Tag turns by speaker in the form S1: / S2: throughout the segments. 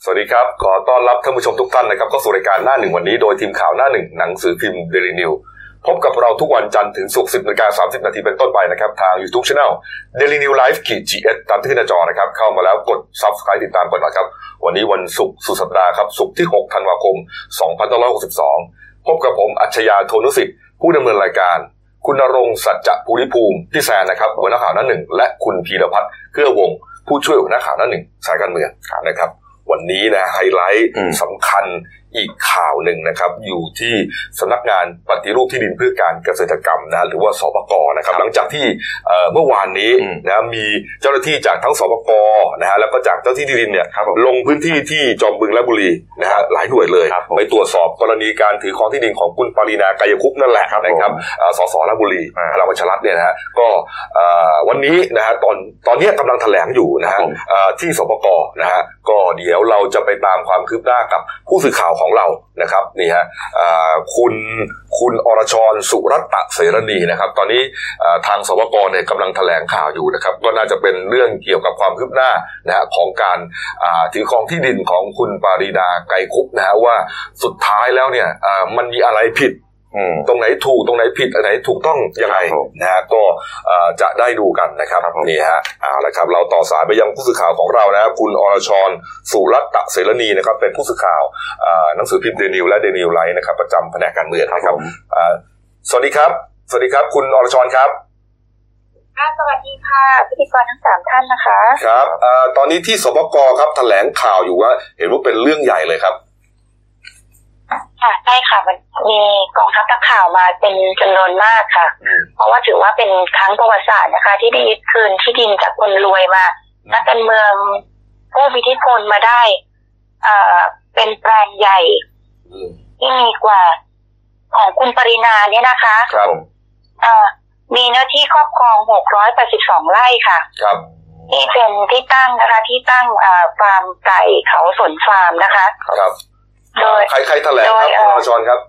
S1: สวัสดีครับขอต้อนรับท่านผู้ชมทุกท่านนะครับเข้าสู่รายการหน้าหนึ่งวันนี้โดยทีมข่าวหน้าหนึ่งหนังสือพิมพ์ Daily News พบกับเราทุกวันจันทร์ถึงศุกร์ 10:30 น.เป็นต้นไปนะครับทาง YouTube Channel Daily News Live GS ตามที่ขึ้นหน้าจอนะครับเข้ามาแล้วกด Subscribe ติดตามกันนะครับวันนี้วันศุกร์สุดสัปดาห์ครับศุกร์ที่6ธันวาคม2562พบกับผมอัจฉริยะ โทนุสิทธิ์ผู้ดำเนินรายการคุณณรงค์ สัจจะภูริภูมิพี่แซนนะครับหัวหน้าข่าวหน้าหนึ่งและคุณพีรพัฒน์เกื้อวงผู้ช่วยหัวหน้าข่าวหน้าหนึ่งสายการเมืองนะครับวันนี้นะไฮไลท์สำคัญอีกข่าวหนึ่งนะครับอยู่ที่สำนักงานปฏิรูปที่ดินเพื่อการเกษตรกรรมนะหรือว่าสปก.นะครับหลังจากที่เมื่อวานนี้นะมีเจ้าหน้าที่จากทั้งสปก.นะฮะแล้วก็จากเจ้าที่ดินเนี่ยลงพื้นที่ที่จอมบึงและบุรีนะฮะหลายหน่วยเลยไปตรวจสอบกรณีการถือครองที่ดินของคุณปรินา ไกรคุปต์นั่นแหละนะครับสสราชบุรีพลังประชารัฐเนี่ยนะฮะก็วันนี้นะฮะตอนนี้กำลังแถลงอยู่นะฮะที่สปก.นะฮะก็เดี๋ยวเราจะไปตามความคืบหน้ากับผู้สื่อข่าวของเรานะครับนี่ฮะคุณอรชร สุรัตน์เสรณีนะครับตอนนี้ทางสปก.เนี่ยกำลังแถลงข่าวอยู่นะครับก็น่าจะเป็นเรื่องเกี่ยวกับความคืบหน้านะฮะของการถือครองที่ดินของคุณปรินา ไกรคุปต์นะฮะว่าสุดท้ายแล้วเนี่ยมันมีอะไรผิดตรงไหนถูกตรงไหนผิดอันไหนถูกต้องยังไงนะฮะก็จะได้ดูกันนะครับนี่ฮะเอาละครับเราต่อสายไปยังผู้สื่อข่าวของเรานะคุณอรชร สุรัตน์เสรณีนะครับเป็นผู้สื่อข่าวหนังสือพิมพ์ Daily News และ Daily News Live นะครับประจำแผนกการเมืองนะครับสวัสดีครับสวัสดีครับคุณอรชรครับ
S2: สวัสดีค่ะพิธีกรทั้ง3ท่านนะคะ
S1: ครับตอนนี้ที่สปก.ครับแถลงข่าวอยู่ว่าเห็นว่าเป็นเรื่องใหญ่เลยครับ
S2: ค่ะใช่ค่ะมันมีกองทัพนักข่าวมาเป็นจำนวนมากค่ะเพราะว่าถือว่าเป็นครั้งประวัติศาสตร์นะคะที่ได้ยึดคืนที่ดินจากคนรวยมานักการเมืองผู้มีอิทธิพลมาได้เป็นแปลงใหญ่ที่มีกว่าของคุณปรินาเนี่ยนะคะ
S1: ครับ
S2: มีเนื้อที่ครอบครอง682ไร่ค่ะ
S1: ครับ
S2: ที่เป็นที่ตั้งนะคะที่ตั้งฟาร์มไก่เขาสนฟาร์มนะคะ
S1: ครับโดยใครแถลงครับคุณอรชรครับ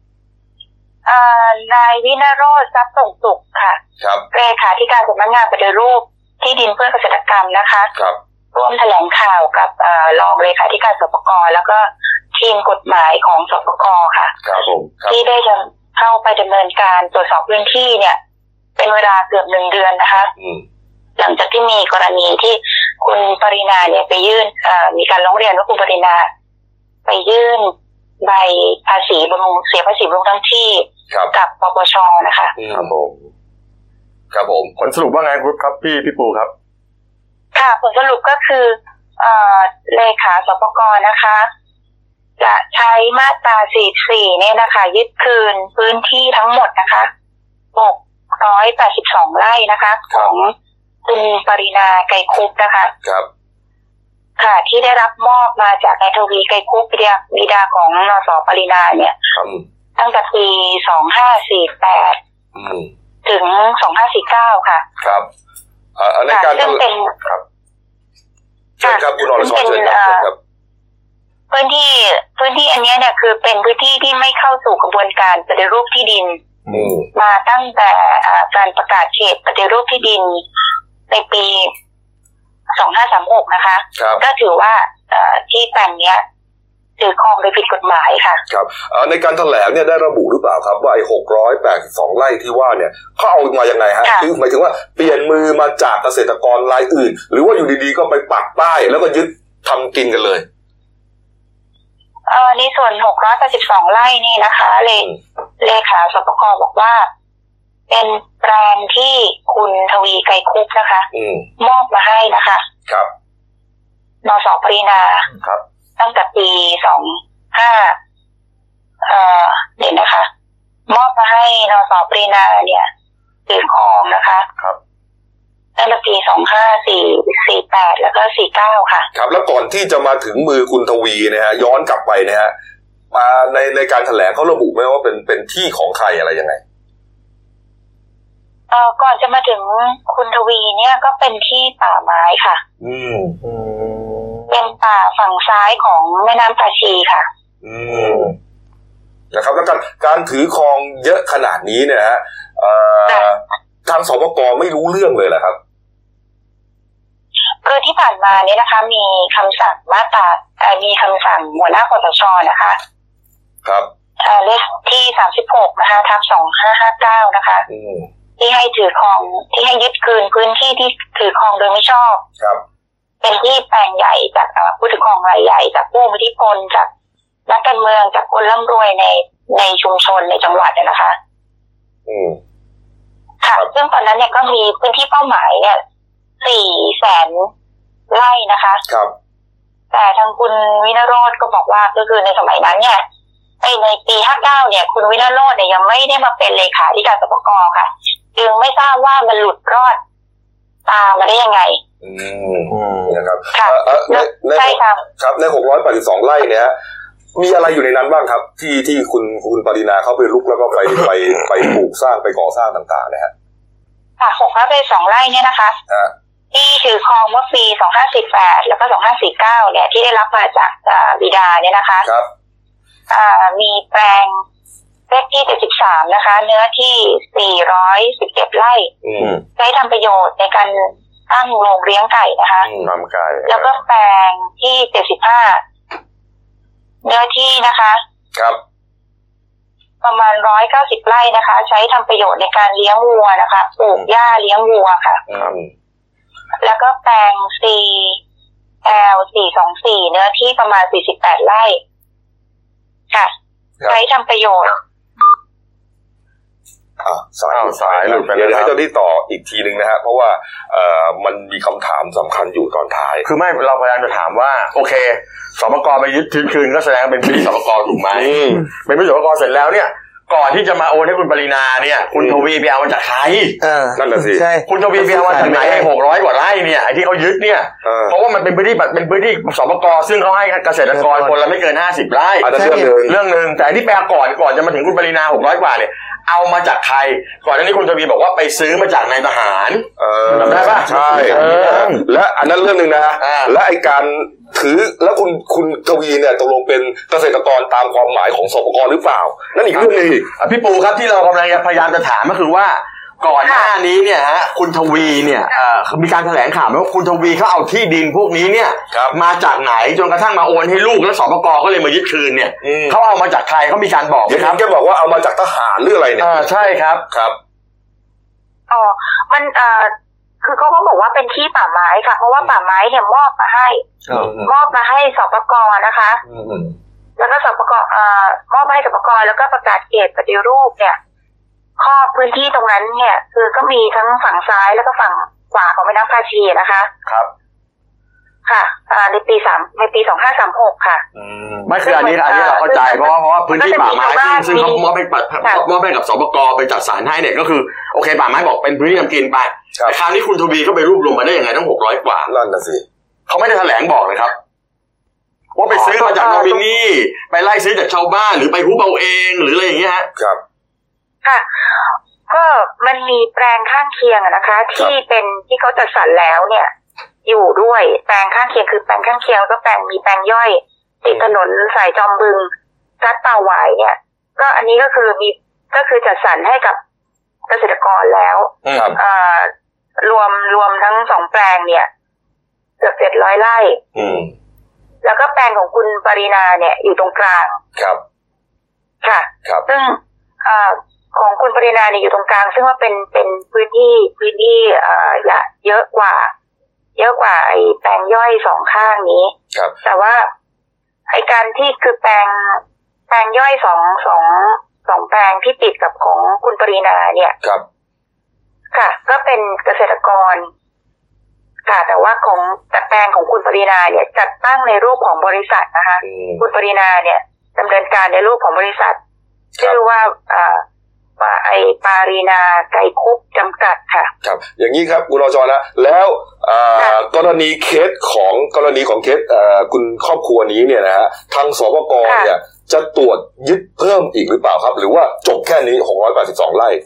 S2: นายวินโรจน์ ทรัพย์ส่งสุขค่ะ
S1: ครับ
S2: เลขาธิการสำนักงานปฏิรูปที่ดินเพื่อเกษตรกรรมนะคะ
S1: ครับ
S2: ร่วมแถลงข่าวกับรองเลขาธิการสปก.แล้วก็ทีมกฎหมายของสปก.ค่ะ
S1: ครับผม
S2: ที่ได้เข้าไปดำเนินการตรวจสอบพื้นที่เนี่ยเป็นเวลาเกือบ1เดือนนะคะหลังจากที่มีกรณีที่คุณปรินาเนี่ยไปยื่นมีการร้องเรียนว่าคุณปรินาไปยื่นใบภาษีบำรุงเสียภาษีบำรุงทั้งที่กับปปช.นะคะ
S1: ครับผมผลสรุปว่าไงครับพี่ปูครับ
S2: ค่ะผลสรุปก็คือเลขาสปก.นะคะจะใช้มาตรา44เนี่ยนะคะยึดคืนพื้นที่ทั้งหมดนะคะ682ไร่นะคะของคุณปรินา ไกรคุปต์นะคะ
S1: ครับ
S2: ค่ะที่ได้รับมอบมาจากนายทวี ไกรคุปต์บิดาของนส.ปรินาเนี่ยตั้งแต่ปี2548ถึง2549ค่ะ
S1: ครับในการ
S2: ซึ่งเป็น
S1: ครับใช่ครับคุณอรชรเชิญครับ
S2: พื้นที่อันนี้เนี่ยคือเป็นพื้นที่ที่ไม่เข้าสู่กระบวนการปฏิรูปที่ดินมาตั้งแต่การประกาศเขตปฏิรูปที่ดินในปี2536นะคะก็ถือว่าที่แปลงเนี้ยถือครองโดยผิดกฎหมายค่ะ
S1: ครับในการแถลงเนี่ยได้ระบุหรือเปล่าครับว่าไอ้682ไร่ที่ว่าเนี่ยเขาเอามายังไงฮะคือหมายถึงว่าเปลี่ยนมือมาจากเกษตรกรรายอื่นหรือว่าอยู่ดีๆก็ไปปักป้ายแล้วก็ยึดทำกินกันเลย
S2: ในส่วน682ไร่นี่นะคะเลขาสปก.บอกว่าเป็นแปลงที่คุณทวี ไกรคุปต์นะคะมอบมาให้นะคะ
S1: ครับ
S2: นส.ปรินา
S1: ครับ
S2: ตั้งแต่ปี25เดี๋ยวนะคะมอบมาให้นส.ปรินาเนี่ยถือครองนะคะ
S1: ครับ
S2: ตั้งแต่ปี2548แล้วก็49ค่ะ
S1: ครับแล้วก่อนที่จะมาถึงมือคุณทวีนะฮะย้อนกลับไปนะฮะมาในการแถลงเขาระบุไหมว่าเป็นที่ของใครอะไรยังไง
S2: ก่อนจะมาถึงคุณทวีเนี่ยก็เป็นที่ป่าไม้ค่ะเป็นป่าฝั่งซ้ายของแม่น้ำตาชีค่ะ
S1: นะครับแล้วการถือครองเยอะขนาดนี้เนี่ยฮะทางสปก.ไม่รู้เรื่องเลยเหรอครับ
S2: คือที่ผ่านมาเนี่ยนะคะมีคำสั่งมีคำสั่งหัวหน้าคสช.นะคะ
S1: ครับ
S2: เลขที่36นะคะทับ2559นะคะที่ให้ถือครองที่ให้ยึดคืนพื้นที่ที่ถือครองโดยไม่ชอบ
S1: ครับ
S2: เป็นที่แปลงใหญ่จากผู้ถือครองรายใหญ่จากผู้มีอิทธิพลจากนักการเมืองจากคนร่ำรวยในชุมชนในจังหวัดนะคะค่ะซึ่งตอนนั้นเนี่ยก็มีพื้นที่เป้าหมายเนี่ย400,000 ไร่นะคะ
S1: ครับ
S2: แต่ทางคุณวินโรจน์ก็บอกว่าก็คือในสมัยนั้นเนี่ยในปี59เนี่ยคุณวินโรจน์เนี่ยยังไม่ได้มาเป็นเลขาธิการสปก.ค่ะจึงไม่ทราบว่ามันหลุดรอดตามมาได้ยังไง
S1: นะครับ
S2: ใช่ครับ
S1: ครับใน682 ไร่เนี่ยมีอะไรอยู่ในนั้นบ้างครับที่คุณปรินาเข้าไปรุกแล้วก็ไปปลูกสร้างไปก่อสร้างต่างๆนะฮะ
S2: ค่ะ682 ไร่เนี่ยนะคะที่ถือครองเมื่อปี2548แล้วก็2549เนี่ยที่ได้รับมาจากบิดาเนี่ยนะคะ
S1: ครับ
S2: มีแปลงเลขที่73นะคะเนื้อที่417 ไร่ใช้ทำประโยชน์ในการตั้งโรงเลี้ยงไก่นะคะ
S1: ไก่
S2: แล้วก็แปลงที่75เนื้อที่นะคะ
S1: ครับ
S2: ประมาณ190 ไร่นะคะใช้ทำประโยชน์ในการเลี้ยงวัวนะคะปลูกหญ้าเลี้ยงวัวค่ะแล้วก็แปลง 424เนื้อที่ประมาณ48 ไร่ค่ะใช้ทำประโยชน์
S1: สายหลุดไปเดี๋ยวให้เจ้าที่ต่ออีกทีนึงนะฮะเพราะว่ามันมีคำถามสำคัญอยู่ตอนท้าย
S3: คือไม่เราพยายามจะถามว่าโอเคสปก.ไปยึดคืนก็แสดงเป็นพื้นที่สปก.ถูกไหมเป็นพื้นที่สปก.เสร็จแล้วเนี่ยก่อนที่จะมาโอนให้คุณปรินาเนี่ยคุณทวีไปเอามาจากใคร
S1: นั่นแหละสิ
S3: คุณทวีไปเอามาจากไหน600 กว่าไร่เนี่ยไอ้ที่เขายึดเนี่ยเพราะว่ามันเป็นพื้นที่สปก.ซึ่งเขาให้เกษตรกรคนละไม่เกิน50 ไร่เรื่องนึงแต่ที่แปลก่อนจะมาถึงคุณปรินา600 กว่าเนี่ยเอามาจากใครก่อนหน้านี้คุณทวีบอกว่าไปซื้อมาจากนายทหาร
S1: จำได้ป่ะใช่และอันนั้นเรื่องนึงนะและไอ้การถือแล้วคุณทวีเนี่ยตกลงเป็นเกษตรกรตามความหมายของสปก.หรือเปล่านั่นอีกเรื่องนึง
S3: พี่ปูครับที่เรากำลังพยายามจะถามก็คือว่าก่อนหน้านี้เนี่ยฮะคุณทวีเนี่ยมีการแถลงข่าวว่าคุณทวีเขาเอาที่ดินพวกนี้เนี่ยมาจากไหนจนกระทั่งมาโอนให้ลูกแล้วสปก.ก็เลยมายึดคืนเนี่ยเขาเอามาจากใครเขามีการบอกไหมครับ
S1: แกบอกว่าเอามาจากทหารหรืออะไรเนี่ย
S3: ใช่ครับ
S1: ครับ
S2: มันคือเขาก็บอกว่าเป็นที่ป่าไม้ค่ะเพราะว่าป่าไม้เนี่ยมอบมาให้สปก.นะคะแล้วก็สปก.มอบมาให้สปก.แล้วก็ประกาศเขตปฏิรูปเนี่ยครอบพื้นที่ตรงนั้นเนี่ยคือก็มีทั้งฝั่งซ้ายแล้วก็ฝั่งขวาของแม่น้ำภาชีนะคะ
S1: ครับ
S2: ค่ะในปี2536ค่ะ
S3: ไม่คืออันนี้เราเข้าใจเพราะว่าพื้นที่ป่าไม้ซึ่งเขามอบให้กับสปก.ไปจัดสรรให้เนี่ยก็คือโอเคป่าไม้บอกเป็นพื้นที่ทำกินไปแต่คราวนี้คุณทวีเขาไปรวบรวมมาได้ยังไงตั้ง600 กว่า
S1: นั่นน่ะสิ
S3: เขาไม่ได้แถลงบอกเลยครับว่าไปซื้อมาจากโนมินีไปไล่ซื้อจากชาวบ้านหรือไปฮุบเอาเองหรืออะไรอย่างเงี้ย
S1: ครับ
S2: ค่ะก็มันมีแปลงข้างเคียงนะคะที่เป็นที่เขาจัดสรรแล้วเนี่ยอยู่ด้วยแปลงข้างเคียงคือแปลงข้างเคียงแล้วก็มีแปลงย่อยติดถนนสายจอมบึงรัดป่าหวายเนี่ยก็อันนี้ก็คือจัดสรรให้กับเกษตรกรแล้วรวมทั้ง2แปลงเนี่ยเกือบ700 ไร่แล้วก็แปลงของคุณปรินาเนี่ยอยู่ตรงกลาง
S1: ครับ
S2: ค่ะซึ่งของคุณปรินาเนี่ยอยู่ตรงกลางซึ่งว่าเป็นพื้นที่เยอะกว่าไอ้แปลงย่อย2ข้างนี้แต่ว่าไอ้การที่คือแปลงย่อยสองแปลงที่ติดกับของคุณปรินาเนี่ยค่ะก็เป็นเกษตรกรค่ะแต่ว่าแต่แปลงของคุณปรินาเนี่ยจัดตั้งในรูปของบริษัทนะคะคุณปรินาเนี่ยดำเนินการในรูปของบริษัทชื่อว่าไอปารีนาไก่คุบจำกัดค่ะ
S1: ครับอย่างนี้ครับคุณรจนะแล้วกรณีเคสของเคสคุณครอบครัวนี้เนี่ยนะฮะทางสปก.เนี่ยจะตรวจยึดเพิ่มอีกหรือเปล่าครับหรือว่าจบแค่นี้682 ไร่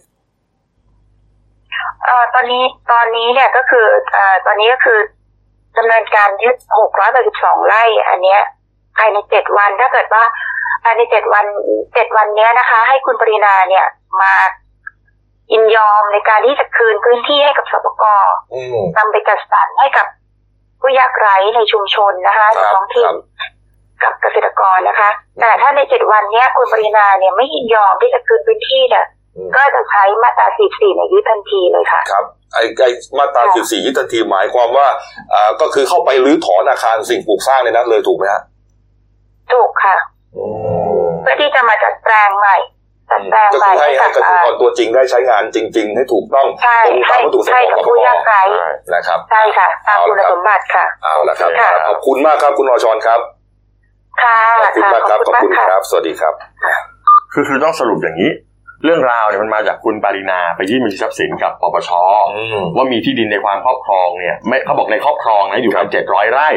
S2: ตอนนี้เนี่ยก็คือตอนนี้ก็คือดำเนินการยึด682 ไร่อันเนี้ยภายใน7 วันถ้าเกิดว่าภายใน7 วันเนี้ยนะคะให้คุณปรินาเนี่ยมายินยอมในการที่จะคืนพื้นที่ให้กับสปก.นำไปจัดสรรให้กับผู้ยากไร้ในชุมชนนะคะในท้องถิ่นกับเกษตรกรนะคะแต่ถ้าใน7 วันนี้คุณปรินาเนี่ยไม่ยินยอมที่จะคืนพื้นที่เนี่ยก็จะใช้มาตรา44เนี่ยยึดทันทีเลยค่ะ
S1: ครับไอ้มาตรา44ยึดทันทีหมายความว่าก็คือเข้าไปรื้อถอนอาคารสิ่งปลูกสร้างในนั้นเลยถูกไหมฮะ
S2: ถูกค่ะเพื่อที่จะมาจัดแปลงใหม่
S1: ก็คือให้เกษตรกรตัวจริงได้ใช้งานจริงๆให้ถูกต้องตรงตามวัตถุประสงค์ของ
S2: ผู้ยากไร้
S1: นะครับ
S2: ใช่ค่ะตามคุณสมบัติค่ะ
S1: เอาละครับขอบคุณมากครับคุณอชรครับ
S2: ค่ะ
S1: ขอบคุณมากครับขอบคุณครับสวัสดีครับ
S3: คือต้องสรุปอย่างนี้เรื่องราวเนี่ยมันมาจากคุณปรินาไปยื่นบัญชีทรัพย์สินกับปปช.ว่ามีที่ดินในความครอบครองเนี่ยไม่เขาบอกในครอบครองนะอยู่1,700 ไร่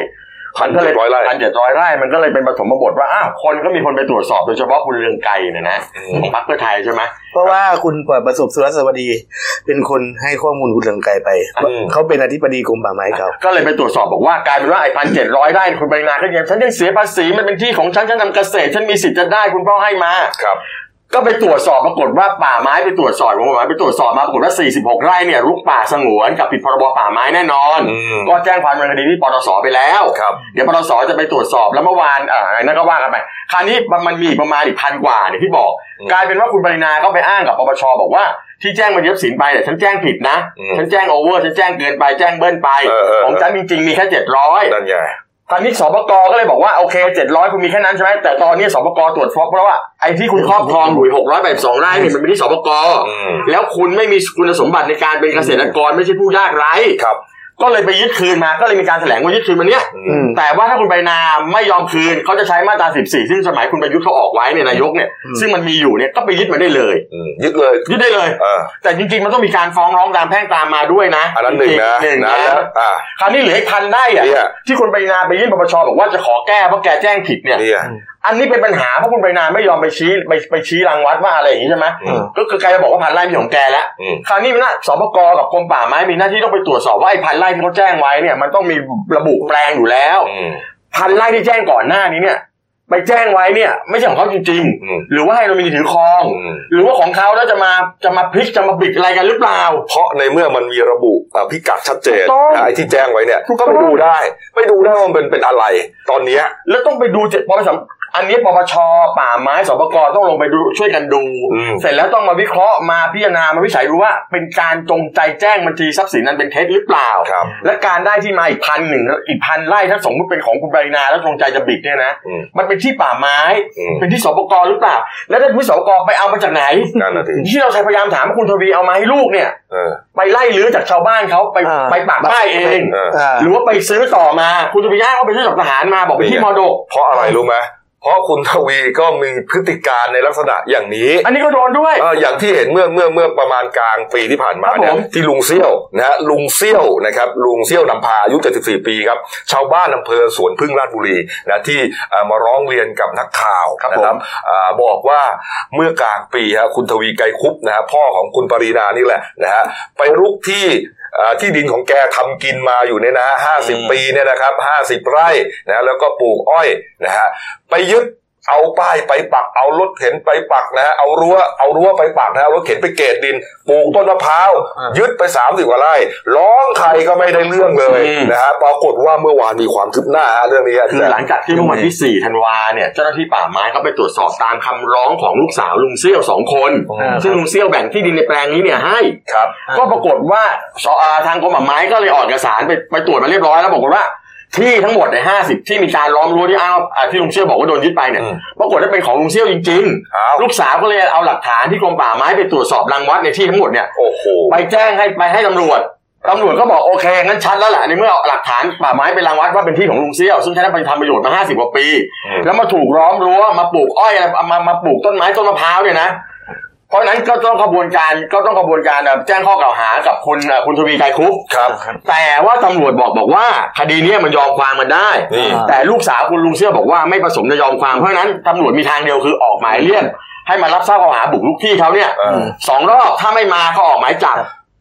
S3: 1,700 ไร่มันก็เลยเป็นปฐมบทว่าคนก็มีคนไปตรวจสอบโดยเฉพาะคุณเรืองไกรเนี่ยนะของพรรคเพื่อไทยใช่ไหม
S4: เพราะว่าคุณประสบสุรสวัสดีเป็นคนให้ข้อมูลคุณเรืองไกรไปเขาเป็นอธิบดีกรมป่าไม้เก่า
S3: ก็เลยไปตรวจสอบบอกว่ากลายเป็นว่าไอ้ 1,700 ไร่คุณปรินาก็ยังฉันยังเสียภาษีมันเป็นที่ของฉันทำเกษตรฉันมีสิทธิ์จะได้คุณพ่อให้มา
S1: ครับ
S3: ก็ไปตรวจสอบปรากฏว่าป่าไม้ไปตรวจสอบป่าไม้ไปตรวจสอบมาปรากฏว่า46 ไร่เนี่ยรุกป่าสงวนกับผิดพรบป่าไม้แน่นอนก็แจ้งความดำเนินคดีที่ปตส.ไปแล้วเดี๋ยวปตส.จะไปตรวจสอบแล้วเมื่อวานนั่นก็ว่ากันไปคราวนี้มันมีประมาณอีก1,000 กว่าเนี่ยที่บอกกลายเป็นว่าคุณปรินาก็ไปอ้างกับปปช.บอกว่าที่แจ้งมายึดสินไปเนี่ยฉันแจ้งผิดนะฉันแจ้งโอเวอร์ฉันแจ้งเกินไปแจ้งเบิ้ลไปของฉันจริงๆมีแค่700
S1: นั่นไง
S3: ตอนนี้สปก.ก็เลยบอกว่าโอเค700คุณมีแค่นั้นใช่ไหมแต่ตอนนี้สปก.ตรวจพบเพราะว่าไอ้ที่คุณครอบครองอยู่682 ไร่เนี่ยมันเป็นที่สปก.แล้วคุณไม่มีคุณสมบัติในการเป็นเกษตรกรไม่ใช่ผู้ยากไร้
S1: ครับ
S3: ก็เลยไปยึดคืนมาก็เลยมีการแถลงว่ายึดคืนมาเนี่ยแต่ว่าถ้าคุณปรินาไม่ยอมคืนเขาจะใช้มาตรา14ซึ่งสมัยคุณประยุทธ์เขาออกไว้เนี่ยนายกเนี่ยซึ่งมันมีอยู่เนี่ยก็ไปยึดมาได้เลย
S1: ยึด
S3: ได้เลยแต่จริงๆมันต้องมีการฟ้องร้องตามแพ่งตามมาด้วยนะ
S1: อันนั้นหนึ่งนะ
S3: คราวนี้เหลืออีก1,000 ได้อ่ะที่คุณปรินาไปยื่นปปช.บอกว่าจะขอแก้เพราะแกแจ้งผิดเนี่ยอันนี้เป็นปัญหาเพราะคุณปรินาไม่ยอมไปชี้รังวัดว่าอะไรอย่างนี้ใช่ไหมก็คือแกจะบอกว่า1,000 ไร่เป็นของแกแล้วคราวนี้สปก.กับกรมป่าไม้มีหน้าที่ต้องไปตรวจสอบว่าไอ้1,000 ไร่ที่เขาแจ้งไว้เนี่ยมันต้องมีระบุแปลงอยู่แล้ว1,000 ไร่ที่แจ้งก่อนหน้านี้เนี่ยไปแจ้งไว้เนี่ยไม่ใช่ของเขาจริงๆหรือว่าให้โนมินีถือครองหรือว่าของเขาแล้วจะมาพลิกจะมาบิดอะไรกันหรือเปล่า
S1: เพราะในเมื่อมันมีระบุพิกัดชัดเจนไอ้ที่แจ้งไว้เนี่ยก็ไปดูได้ว่ามันเป็นอะไรตอนนี้
S3: แล้วต้องไปดูพอไปอันนี้ปปช.ป่าไม้สปก.ต้องลงไปดูช่วยกันดูเสร็จแล้วต้องมาวิเคราะห์มาพิจารณามาวิจัยดูว่าเป็นการจงใจแจ้งบัญชีทรัพย์สินนั้นเป็นเท็จหรือเปล่าและการได้ที่มาอีก1,000 ไร่ถ้าสมมติเป็นของคุณปรินาแล้วจงใจจะบิดเนี่ยนะมันเป็นที่ป่าไม้เป็นที่สปก.หรือเปล่าแล้วถ้าที่สปก.ไปเอามาจากไหนที่เราพยายามถามว่าคุณทวีเอามาให้ลูกเนี่ยไปไล่ลื้อจากชาวบ้านเขาไปปากป้ายเองหรือว่าไปซื้อต่อมาคุณทวีอ้างว่าไปซื้อจากทหารมาบอกเป็นที่มรดก
S1: เพราะอะไรรู้ไหมเพราะคุณทวีก็มีพฤติการในลักษณะอย่างนี้
S3: อันนี้ก็โดนด้วย
S1: อย่างที่เห็นเมื่อประมาณกลางปีที่ผ่านมาเนี่ยที่ลุงเซี่ยวนะฮะลุงเซี่ยวนะครับลุงเซี่ยวนำพาอายุ74 ปีครับชาวบ้านอำเภอสวนพึ่งราชบุรีนะที่มาร้องเรียนกับนักข่าวนะครับบอกว่าเมื่อกลางปีฮะคุณทวีไกรคุปนะฮะพ่อของคุณปรินานี่แหละนะฮะไปรุกที่ดินของแกทำกินมาอยู่เนี่ยนะ50 ปีเนี่ยนะครับ50 ไร่นะแล้วก็ปลูกอ้อยนะฮะไปยึดเอาป้ายไปปักเอารถเข็นไปปักนะฮะเอารั้วไปปักนะฮะรถเข็นไปเกตดินปลูกต้นมะพร้าวยึดไป30 กว่าไร่ร้องใครก็ไม่ได้เรื่องเลยนะฮะปรากฏว่าเมื่อวานมีความคืบหน้าเรื่องนี้
S3: คือหลังจากที่เมื่อวันที่4 ธันวาเนี่ยเจ้าหน้าที่ป่าไม้ก็ไปตรวจสอบตามคำร้องของลูกสาวลุงเซี่ยว2 คนซึ่งลุงเซี่ยวแบ่งที่ดินในแปลงนี้เนี่ยให้ก็ปรากฏว่าทางกรมป่าไม้ก็เลยออกเอกสารไปตรวจมาเรียบร้อยแล้วบอกว่าที่ทั้งหมดใน50ที่มีการล้อมรั้วที่อ้างที่ลุงเซี่ยวบอกว่าโดนยึดไปเนี่ยปรากฏว่าเป็นของลุงเซี่ยวจริงๆลูกสาวก็เลยเอาหลักฐานที่กรมป่าไม้ไปตรวจสอบรังวัดในที่ทั้งหมดเนี่ยไปแจ้งให้ตำรวจก็บอกโอเคงั้นชัดแล้วแหละในเมื่อหลักฐานป่าไม้เป็นรังวัดว่าเป็นที่ของลุงเซี่ยวซึ่งใช้ไปทำประโยชน์มา50 กว่าปีแล้วมาถูกล้อมรั้วมาปลูกอ้อยอะไรมาปลูกต้นไม้ต้นมะพร้าวเนี่ยนะเพราะฉะนั้นก็ต้องกระบวนการแจ้งข้อกล่าวหากับคุณทวีไกรคุปแต่ว่าตำรวจบอกว่าคดีนี้มันยอมความกันได้แต่ลูกสาวคุณลุงเซี่ยวบอกว่าไม่ประสงค์จะยอมความเพราะฉะนั้นตำรวจมีทางเดียวคือออกหมายเรียกให้มารับทราบข้อหาบุกรุกที่เขาเนี่ย2 รอบถ้าไม่มาก็ออกหมายจับ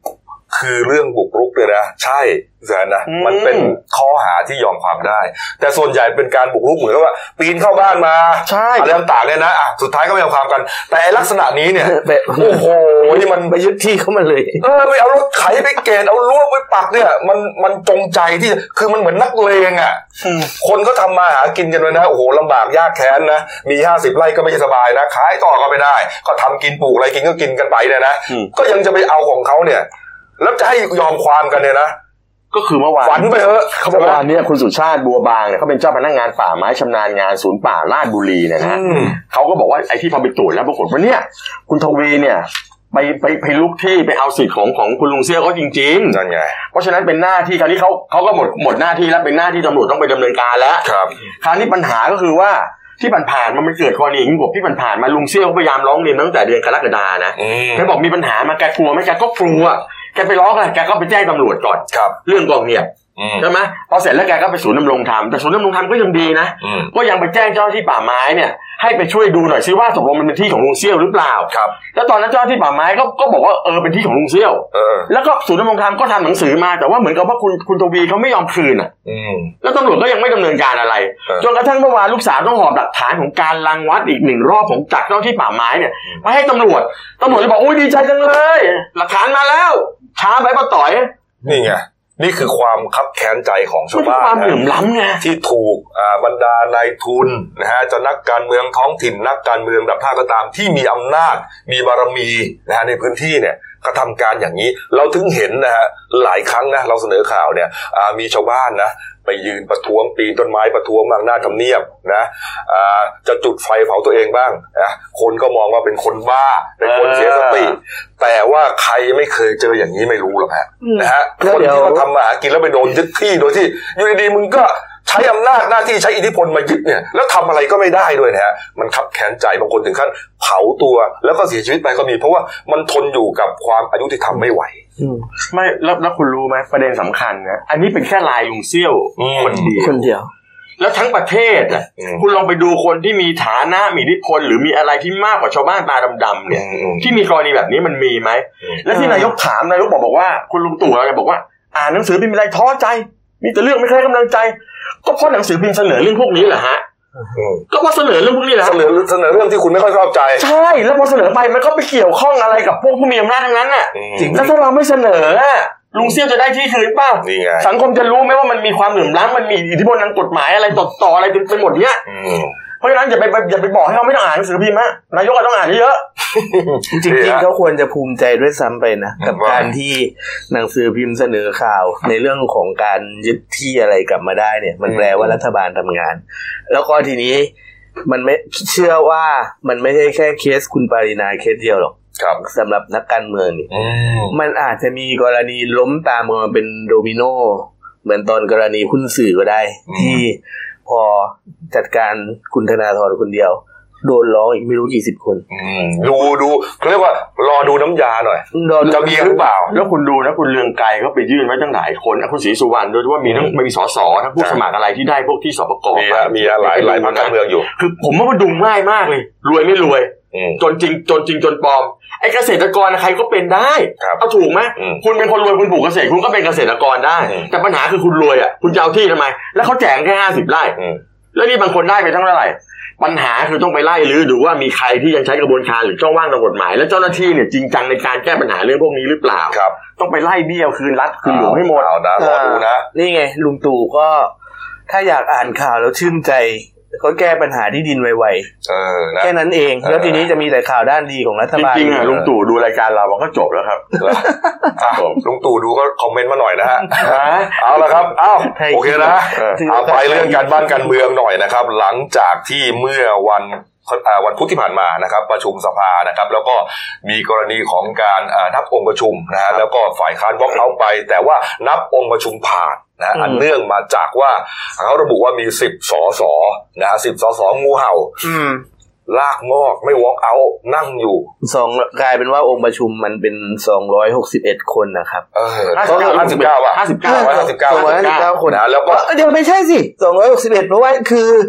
S1: คือเรื่องบุกรุกเลยนะใช่แสนนะมันเป็นข้อหาที่ยอมความได้แต่ส่วนใหญ่เป็นการบุกรุกเหมือนกับว่าปีนเข้าบ้านมาอะไรต่างๆเนี่ยนะสุดท้ายก็ไม่ยอมความกันแต่ลักษณะนี้เนี่ยโอ้โหนี่มัน
S4: ไปยึดที่เขามาเลย
S1: ไปเอารถไถไปเกณฑ์เอาลวกไปปักเนี่ยมันจงใจที่คือมันเหมือนนักเลงอ่ะคนเขาทำมาหากินกันเลยนะโอ้โหลำบากยากแค้นนะมี50 ไร่ก็ไม่ใช่สบายนะขายต่อก็ไม่ได้ก็ทำกินปลูกอะไรกินก็กินกันไปเนี่ยนะก็ยังจะไปเอาของเขาเนี่ยแล้วจะให้ยอมความกันเนี่ยนะ
S3: ก็คือเมื่อวาน
S1: ฝันไปเถอะ
S3: เมื่อวานนี้คุณสุชาติบัวบางเนี่ยเขาเป็นเจ้าพนักงานป่าไม้ชำนาญงานศูนย์ป่าลาดบุรีเนี่ยนะเขาก็บอกว่าไอ้ที่พอไปตรวจแล้วปรากฏว่าเนี่ยคุณทวีเนี่ยไปลุกที่ไปเอาสิทธิ์ของคุณลุงเซี่ยวเขาจริง
S1: ๆนั่นไง
S3: เพราะฉะนั้นเป็นหน้าที่คราวนี้เขาก็หมดหน้าที่แล้วเป็นหน้าที่ตำรวจต้องไปดำเนินการแล้ว
S1: ครับ
S3: คราวนี้ปัญหาก็คือว่าที่ผ่านๆมันเกิดกรณีอย่างนี้ผมที่ผ่านๆมาลุงเซี่ยวพยายามร้องเรียนตั้งแต่เดือนกรกฎานะแกบอกมีปัญหามาแกกลัวไหมแกก็กลัวแกไปร้องอะไรแกก็ไปแจ้งตำรวจก่อนเรื่องกองเงียบใช่ไหมพอเสร็จแล้วแกก็ไปศูนย์ดำรงธรรมแต่ศูนย์ดำรงธรรมก็ยังดีนะก็ยังไปแจ้งเจ้าหน้าที่ป่าไม้เนี่ยให้ไปช่วยดูหน่อยซิว่าตกลงมันเป็นที่ของลุงเซี่ยวหรือเปล่าแล้วตอนนั้นเจ้าหน้าที่ป่าไม้ก็บอกว่าเป็นที่ของลุงเซี่ยวแล้วก็ศูนย์ดำรงธรรมก็ทำหนังสือมาแต่ว่าเหมือนกับว่าคุณทวีเขาไม่ยอมคืนอ่ะแล้วตำรวจก็ยังไม่ดำเนินการอะไรจนกระทั่งเมื่อวานลูกสาวต้องหอบหลักฐานของการรังวัดอีก1 รอบของจากเจ้าหน้าที่ป่าไม้เนี่ยมาให้ตำรวจจะบอกอุ้ยดีใจจังเลยหลักฐานมาแล้วช้าไปป้าต่อย
S1: นี่ไงนี่คือความคับแค้นใจของชาวบ้าน
S3: ความเหลื่อมล้ำไง
S1: ที่ถูกบรรดานายทุนนะฮะจะนักการเมืองท้องถิ่นนักการเมืองแบบภาคก็ตามที่มีอำนาจมีบารมีนะฮะในพื้นที่เนี่ยกระทำการอย่างนี้เราถึงเห็นนะฮะหลายครั้งนะเราเสนอข่าวเนี่ยมีชาวบ้านนะไปยืนประท้วงปีนต้นไม้ประท้วงหน้าทำเนียบนะจะจุดไฟเผาตัวเองบ้างนะคนก็มองว่าเป็นคนบ้าเป็นคนเสียสติแต่ว่าใครไม่เคยเจออย่างนี้ไม่รู้หรอกนะฮะคนที่เขาทำมาหากินแล้วไปโดนยึดที่โดยที่อยู่ดีๆมึงก็ใช้อำนาจหน้าที่ใช้อิทธิพลมายึดเนี่ยแล้วทำอะไรก็ไม่ได้ด้วยนะฮะมันคับแค้นใจบางคนถึงขั้นเผาตัวแล้วก็เสียชีวิตไปก็มีเพราะว่ามันทนอยู่กับความอายุที่ทำไม่ไหว
S3: ไม่แล้วคุณรู้ไหมประเด็นสำคัญนะอันนี้เป็นแค่ลายลุงเซี่ยวคนเดียวแล้วทั้งประเทศอ่ะคุณลองไปดูคนที่มีฐานะมีอิทธิพลหรือมีอะไรที่มากกว่าชาวบ้านตาดำๆเนี่ยที่มีกรณีแบบนี้มันมีไหมและที่นายกถามนายกบอกว่าคุณลุงตู่อะไรบอกว่าอ่านหนังสือพิมพ์อะไรท้อใจมีแต่เรื่องไม่เคยกำลังใจก็เพราะหนังสือพิมพ์เสนอเรื่องพวกนี้แหละฮะก็เพราะเสนอเรื่องพวกนี้แหละ
S1: เสนอเรื่องที่คุณไม่ค่อยเข้าใจ
S3: ใช่แล้วพอเสนอไปมันก็ไปเกี่ยวข้องอะไรกับพวกผู้มีอำนาจทั้งนั้นน่ะแล้วถ้าเราไม่เสนอลุงเซี่ยวจะได้ที่คืนป่ะสังคมจะรู้ไหมว่ามันมีความเหลื่อมล้ำมันมีอิทธิพลทางกฎหมายอะไรต่ออะไรไปหมดเนี้ยเพราะฉะนั้นอย่าไปบอกให้เขาไม่ต้องอ่านหนังสือพิมพ์ฮะนายกก็ต้องอ่านเยอะ
S4: จริงๆเขาควรจะภูมิใจด้วยซ้ำไปนะกับการที่หนังสือพิมพ์เสนอข่าวในเรื่องของการยึดที่อะไรกลับมาได้เนี่ยมันแปลว่ารัฐบาลทำงานแล้วก็ทีนี้มันไม่เชื่อว่ามันไม่ใช่แค่เคสคุณปารินาเคสเดียวหรอกสำหรับนักการเมืองนี่มันอาจจะมีกรณีล้มตามมาเป็นโดมิโนเหมือนตอนกรณีหุ้นสื่อก็ได้ที่พอจัดการคุณธนาธรคนเดียวโดนร้องอีกไม่รู้กี่สิบคน
S1: ดูเขาเรียกว่ารอดูน้ำยาหน่อยจะมีหรือเปล่า
S3: แล้วคุณดูนะคุณเรืองไกรก็ไปยื่นไว้ตั้งหลายคนคุณศรีสุวรรณโดยที่ว่ามีทั้งมีสสทั้งผู้สมัครอะไรที่ได้พวกที่สปก.
S1: มีหลายพรรคการเมืองอยู่
S3: คือผมว่ามันดูง่ายมากเลยรวยไม่รวยจนจริงจนปลอมไอ้เกษตรกรใครก็เป็นได้เอาถูกไหมคุณเป็นคนรวยคุณปลูกเกษตรคุณก็เป็นเกษตรกรได้แต่ปัญหาคือคุณรวยอ่ะคุณจะเอาที่ทำไมแล้วเขาแจกแค่50 ไร่แล้วนี่บางคนได้ไปเท่าไหร่ปัญหาคือต้องไปไล่หรือดูว่ามีใครที่ยังใช้กระบวนการหรือช่องว่างทางกฎหมายและเจ้าหน้าที่เนี่ยจริงจังในการแก้ปัญหาเรื่องพวกนี้หรือเปล่าต้องไปไล่เบี้ยคืนรัฐคืนหลวงให้หมด
S1: นะรอดูนะ
S4: นี่ไงลุงตู่ก็ถ้าอยากอ่านข่าวแล้วชื่นใจก็แก้ปัญหาที่ดินไวๆแค่นั้นเองแล้วทีนี้จะมีแต่ข่าวด้านดีของรัฐบาล
S3: จริงๆลุงตู่ดูรายการเราก็จบแล้วครับ
S1: ลุงตู่ดูก็คอมเมนต์มาหน่อยนะฮะเอาละครับโอเคนะเอาไปเรื่องการบ้านการเมืองหน่อยนะครับหลังจากที่เมื่อวันพุธที่ผ่านมานะครับประชุมสภานะครับแล้วก็มีกรณีของการนับองค์ประชุมนะฮะแล้วก็ฝ่ายค้านบล็อกเอาท์ไปแต่ว่านับองค์ประชุมผ่านนะอันเนื่องมาจากว่าเขาระบุว่ามี10 สสนะ10 สสงูเห่าลากงอกไม่วอล์กเอาท์นั่งอยู่
S4: กลายเป็นว่าองค์ประชุมมันเป็น261คนนะครับ
S1: 59อ่ะ
S4: 59คนนะแล้วก็เดี๋ยวไม่ใช่สิ261เพราะว่าคือ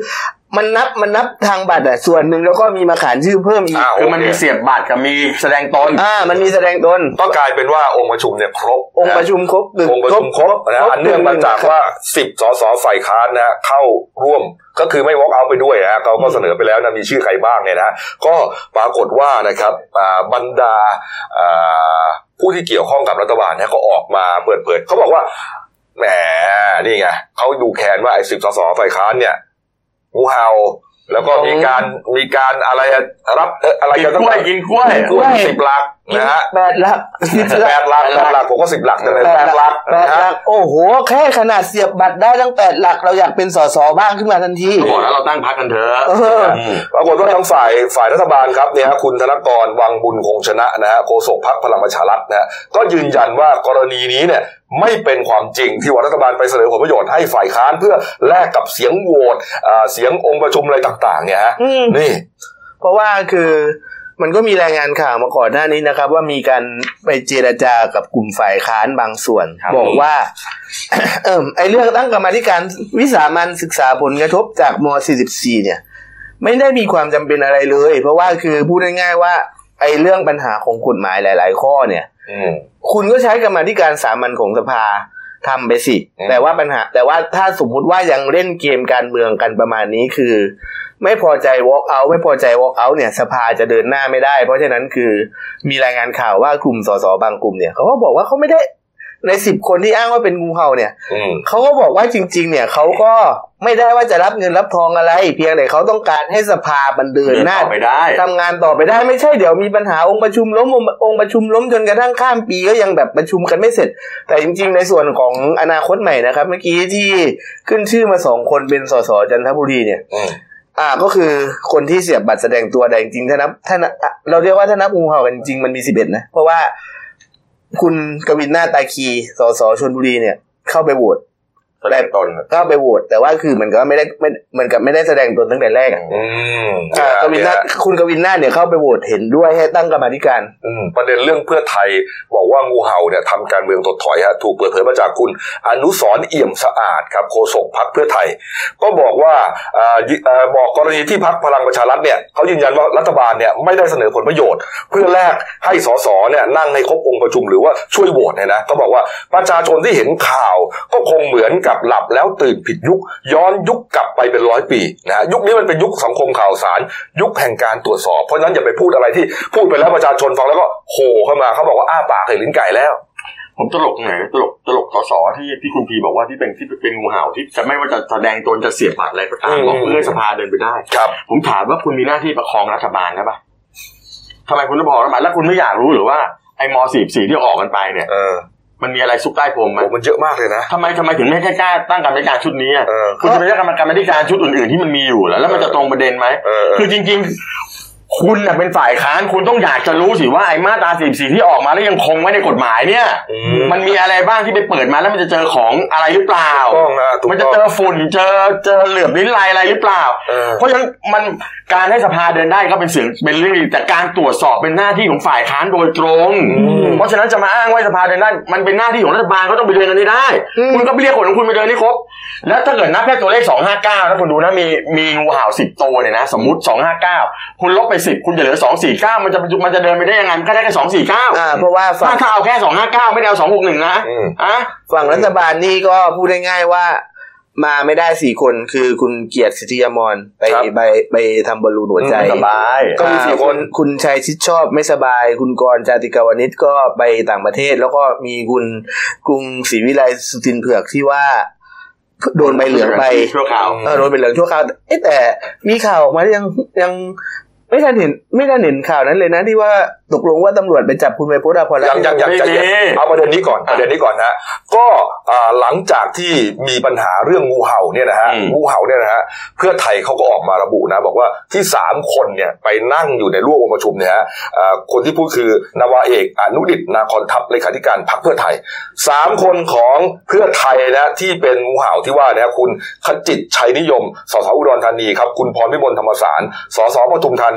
S4: มันนับทางบัตรอ่ะส่วนหนึ่งแล้วก็มีมาขานชื่อเพิ่มอีก
S3: คือมันมีเสียบบัตรกับมีแสดงตน
S4: มันมีแสดงตน
S1: ก็กลายเป็นว่าองค์ประชุมเนี่ยครบ
S4: องค์ประชุมครบ
S1: นะอันเนื่องมาจากว่า10 สสฝ่ายค้านนะเข้าร่วมก็คือไม่วอล์กเอาท์ไปด้วยฮะเขาก็เสนอไปแล้วนะมีชื่อใครบ้างเนี่ยนะก็ปรากฏว่านะครับบรรดาผู้ที่เกี่ยวข้องกับรัฐบาลเนี่ยก็ออกมาเปิดเผยเขาบอกว่าแหมนี่ไงเขาดูแคนว่าไอ้10 สสฝ่ายค้านเนี่ยงูเห่าแล้วก็มีการอะไรรับอะไร
S3: กันต้องกินกล้วย
S1: 10 หลักนะฮะ
S4: 8 หลัก
S1: ผมก็10 หลักจังเลย8 หลัก
S4: โอ้โหแค่ขนาดเสียบบัตรได้ตั้ง8 หลักเราอยากเป็นสสบ้างขึ้นมาทันที
S3: บอกแล้วเราตั้งพรรคกันเถอะ
S1: ปรากฏว่าทั้งฝ่ายรัฐบาลครับเนี่ยคุณธนกรวังบุญคงชนะนะฮะโฆษกพรรคพลังประชารัฐนะฮะก็ยืนยันว่ากรณีนี้เนี่ยไม่เป็นความจริงที่ว่ารัฐบาลไปเสนอผลประโยชน์ให้ฝ่ายค้านเพื่อแลกกับเสียงโหวตเสียงองค์ประชุมอะไรต่างๆเนี่ยฮะนี่
S4: เพราะว่าคือมันก็มีรายงานข่าวมาก่อนหน้านี้นะครับว่ามีการไปเจรจากับกลุ่มฝ่ายค้านบางส่วนบอกว่าไอ้เรื่องตั้งกรรมาธิการวิสามัญศึกษาผลกระทบจากม.44เนี่ยไม่ได้มีความจำเป็นอะไรเลยเพราะว่าคือพูดง่ายๆว่าไอ้เรื่องปัญหาของกฎหมายหลายๆข้อเนี่ยคุณก็ใช้กรรมาธิการสามัญของสภาทำไปสิแต่ว่าถ้าสมมุติว่ายังเล่นเกมการเมืองกันประมาณนี้คือไม่พอใจ walk out ไม่พอใจ walk out เนี่ยสภาจะเดินหน้าไม่ได้เพราะฉะนั้นคือมีรายงานข่าวว่ากลุ่มสสบางกลุ่มเนี่ยเขาก็บอกว่าเขาไม่ได้ใน10 คนที่อ้างว่าเป็นงูเห่าเนี่ยเขาก็บอกว่าจริงๆเนี่ยเขาก็ไม่ได้ว่าจะรับเงินรับทองอะไรเพียงแต่เขาต้องการให้สภามันเดินหน้าทำงานต่อไปได้ไม่ใช่เดี๋ยวมีปัญหาองค์ประชุมล้มจนกระทั่งข้ามปีก็ยังแบบประชุมกันไม่เสร็จแต่จริงๆในส่วนของอนาคตใหม่นะครับเมื่อกี้ที่ขึ้นชื่อมา2 คนเป็นสสจันทบุรีเนี่ยก็คือคนที่เสียบบัตรแสดงตัวแต่จริงๆถ้าเราเรียกว่าถ้านับงูเห่ากันจริงมันมี11นะเพราะว่าคุณกวินนาตาคีสสชลบุรีเนี่ยเข้าไปโหวต
S1: แสดงตน
S4: เข้าไปโหวตแต่ว่าคือมันก็ไม่ได้เหมือนกับไม่ได้แสดงตนตั้งแต่แรกกวินนาคุณกวินนาเนี่ยเข้าไปโหวตเห็นด้วยให้ตั้งกรรมาธิการ
S1: ประเด็นเรื่องเพื่อไทยบอกว่างูเห่าเนี่ยทำการเมืองถดถอยฮะถูกเปิดเผยมาจากคุณอนุสรณ์เอี่ยมสะอาดครับโฆษกพรรคเพื่อไทยก็บอกว่าบอกกรณีที่พรรคพลังประชารัฐเนี่ยเขายืนยันว่ารัฐบาลเนี่ยไม่ได้เสนอผลประโยชน์เพื่อแลกให้สสเนี่ยนั่งให้ครบองค์ประชุมหรือว่าช่วยโหวตเนี่ยนะเขาบอกว่าประชาชนที่เห็นข่าวก็คงเหมือนกับหลับแล้วตื่นผิดยุคย้อนยุคกลับไปเป็น100 ปีนะยุคนี้มันเป็นยุคสังคมข่าวสารยุคแห่งการตรวจสอบเพราะฉะนั้นอย่าไปพูดอะไรที่พูดไปแล้วประชาชนฟังแล้วก็โห่เข้ามาเขาบอกว่าอ้าปากให้ลิ้นไก่แล้ว
S3: ผมตลกไหนตลกสสที่คุณพีบอกว่าที่เป็นงูเห่าที่จะไม่ว่าจะแสดงตนจะเสียบบัตรอะไรก็ตามเพื่อให้สภาเดินไปได้
S1: ครับ
S3: ผมถามว่าคุณมีหน้าที่ประคองรัฐบาลใช่ป่ะทำไมคุณต้องบอกรัฐบาลแล้วคุณไม่อยากรู้หรือว่าไอ้ม.44ที่ออกกันไปเนี่ยมันมีอะไรซุกใต้พรมมั้ย
S1: มันเยอะมากเลยนะ
S3: ทำไมถึงไม่กล้าตั้งกรรมการชุดนี้คุณจะไปตั้งกรรมการชุดอื่นๆที่มันมีอยู่แล้วมันจะตรงประเด็นไหมคือจริงๆคุณน่ะเป็นฝ่ายค้านคุณต้องอยากจะรู้สิว่าไอ้มาตรา44ที่ออกมาแล้วยังคงไว้ในกฎหมายเนี่ยมันมีอะไรบ้างที่ไปเปิดมาแล้วมันจะเจอของอะไรหรือเปล่ามันจะเจอฝุ่นเจอเหลือบลิ้นลายอะไรหรือเปล่าเพราะฉะนั้นมันการให้สภาเดินได้ก็เป็นเรื่องดีแต่การตรวจสอบเป็นหน้าที่ของฝ่ายค้านโดยตรงเพราะฉะนั้นจะมาอ้างว่าสภาเดินได้มันเป็นหน้าที่ของรัฐบาลก็ต้องไปเดินกันได้คุณก็ไปเรียกคนของคุณไปเดินให้ครบแล้วถ้าเกิดนับแค่ตัวเลข259นะคุณดูนะมีงูเห่า10 ตัวเนี่ยนะสมมุติ259คุณลบไป10คุณจะเหลือ249มันจะเดินไปได้ยังไงมันก็ได้แค่249
S4: เพราะว่า
S3: ถ้าเอาแค่259ไม่ได้เอา261นะ
S4: ฝั่งรัฐบาลนี่ก็พูดง่ายๆว่ามาไม่ได้4 คนคือคุณเกียรติสิทธิยมรไปทำบอลลูนหัวใจ
S3: สบาย
S4: ก็มี4 คนคุณชัยชิดชอบไม่สบายคุณกรณ์จาติกาวนิชก็ไปต่างประเทศแล้วก็มีคุณกรุงศรีวิไลสุทินเผือกที่ว่าโดนใบเหลืองไป
S3: ชั่วคราว
S4: โดนใบเหลืองชั่วคราวแต่มีข่าวออกมายังไม่ทันเห็นข่าวนั้นเลยนะที่ว่าตกลงว่าตำรวจไปจับคุณไวโพสต์อภรณ์
S1: ยังเอาประเด็นนี้ก่อนนะก็หลังจากที่มีปัญหาเรื่องงูเห่าเนี่ยนะฮะงูเห่าเนี่ยนะฮะเพื่อไทยเขาก็ออกมาระบุนะบอกว่าที่3 คนเนี่ยไปนั่งอยู่ในร่วมองค์ประชุมเนี่ยฮะคนที่พูดคือนาวาเอกอนุดิษฐ์นาคอนทัพเลขาธิการพรรคเพื่อไทย3 คนของเพื่อไทยนะที่เป็นงูเห่าที่ว่านะครับคุณขจิตชัยนิยมสสอุดรธานีครับคุณพรพิมลธรรมสารสสปทุมธานี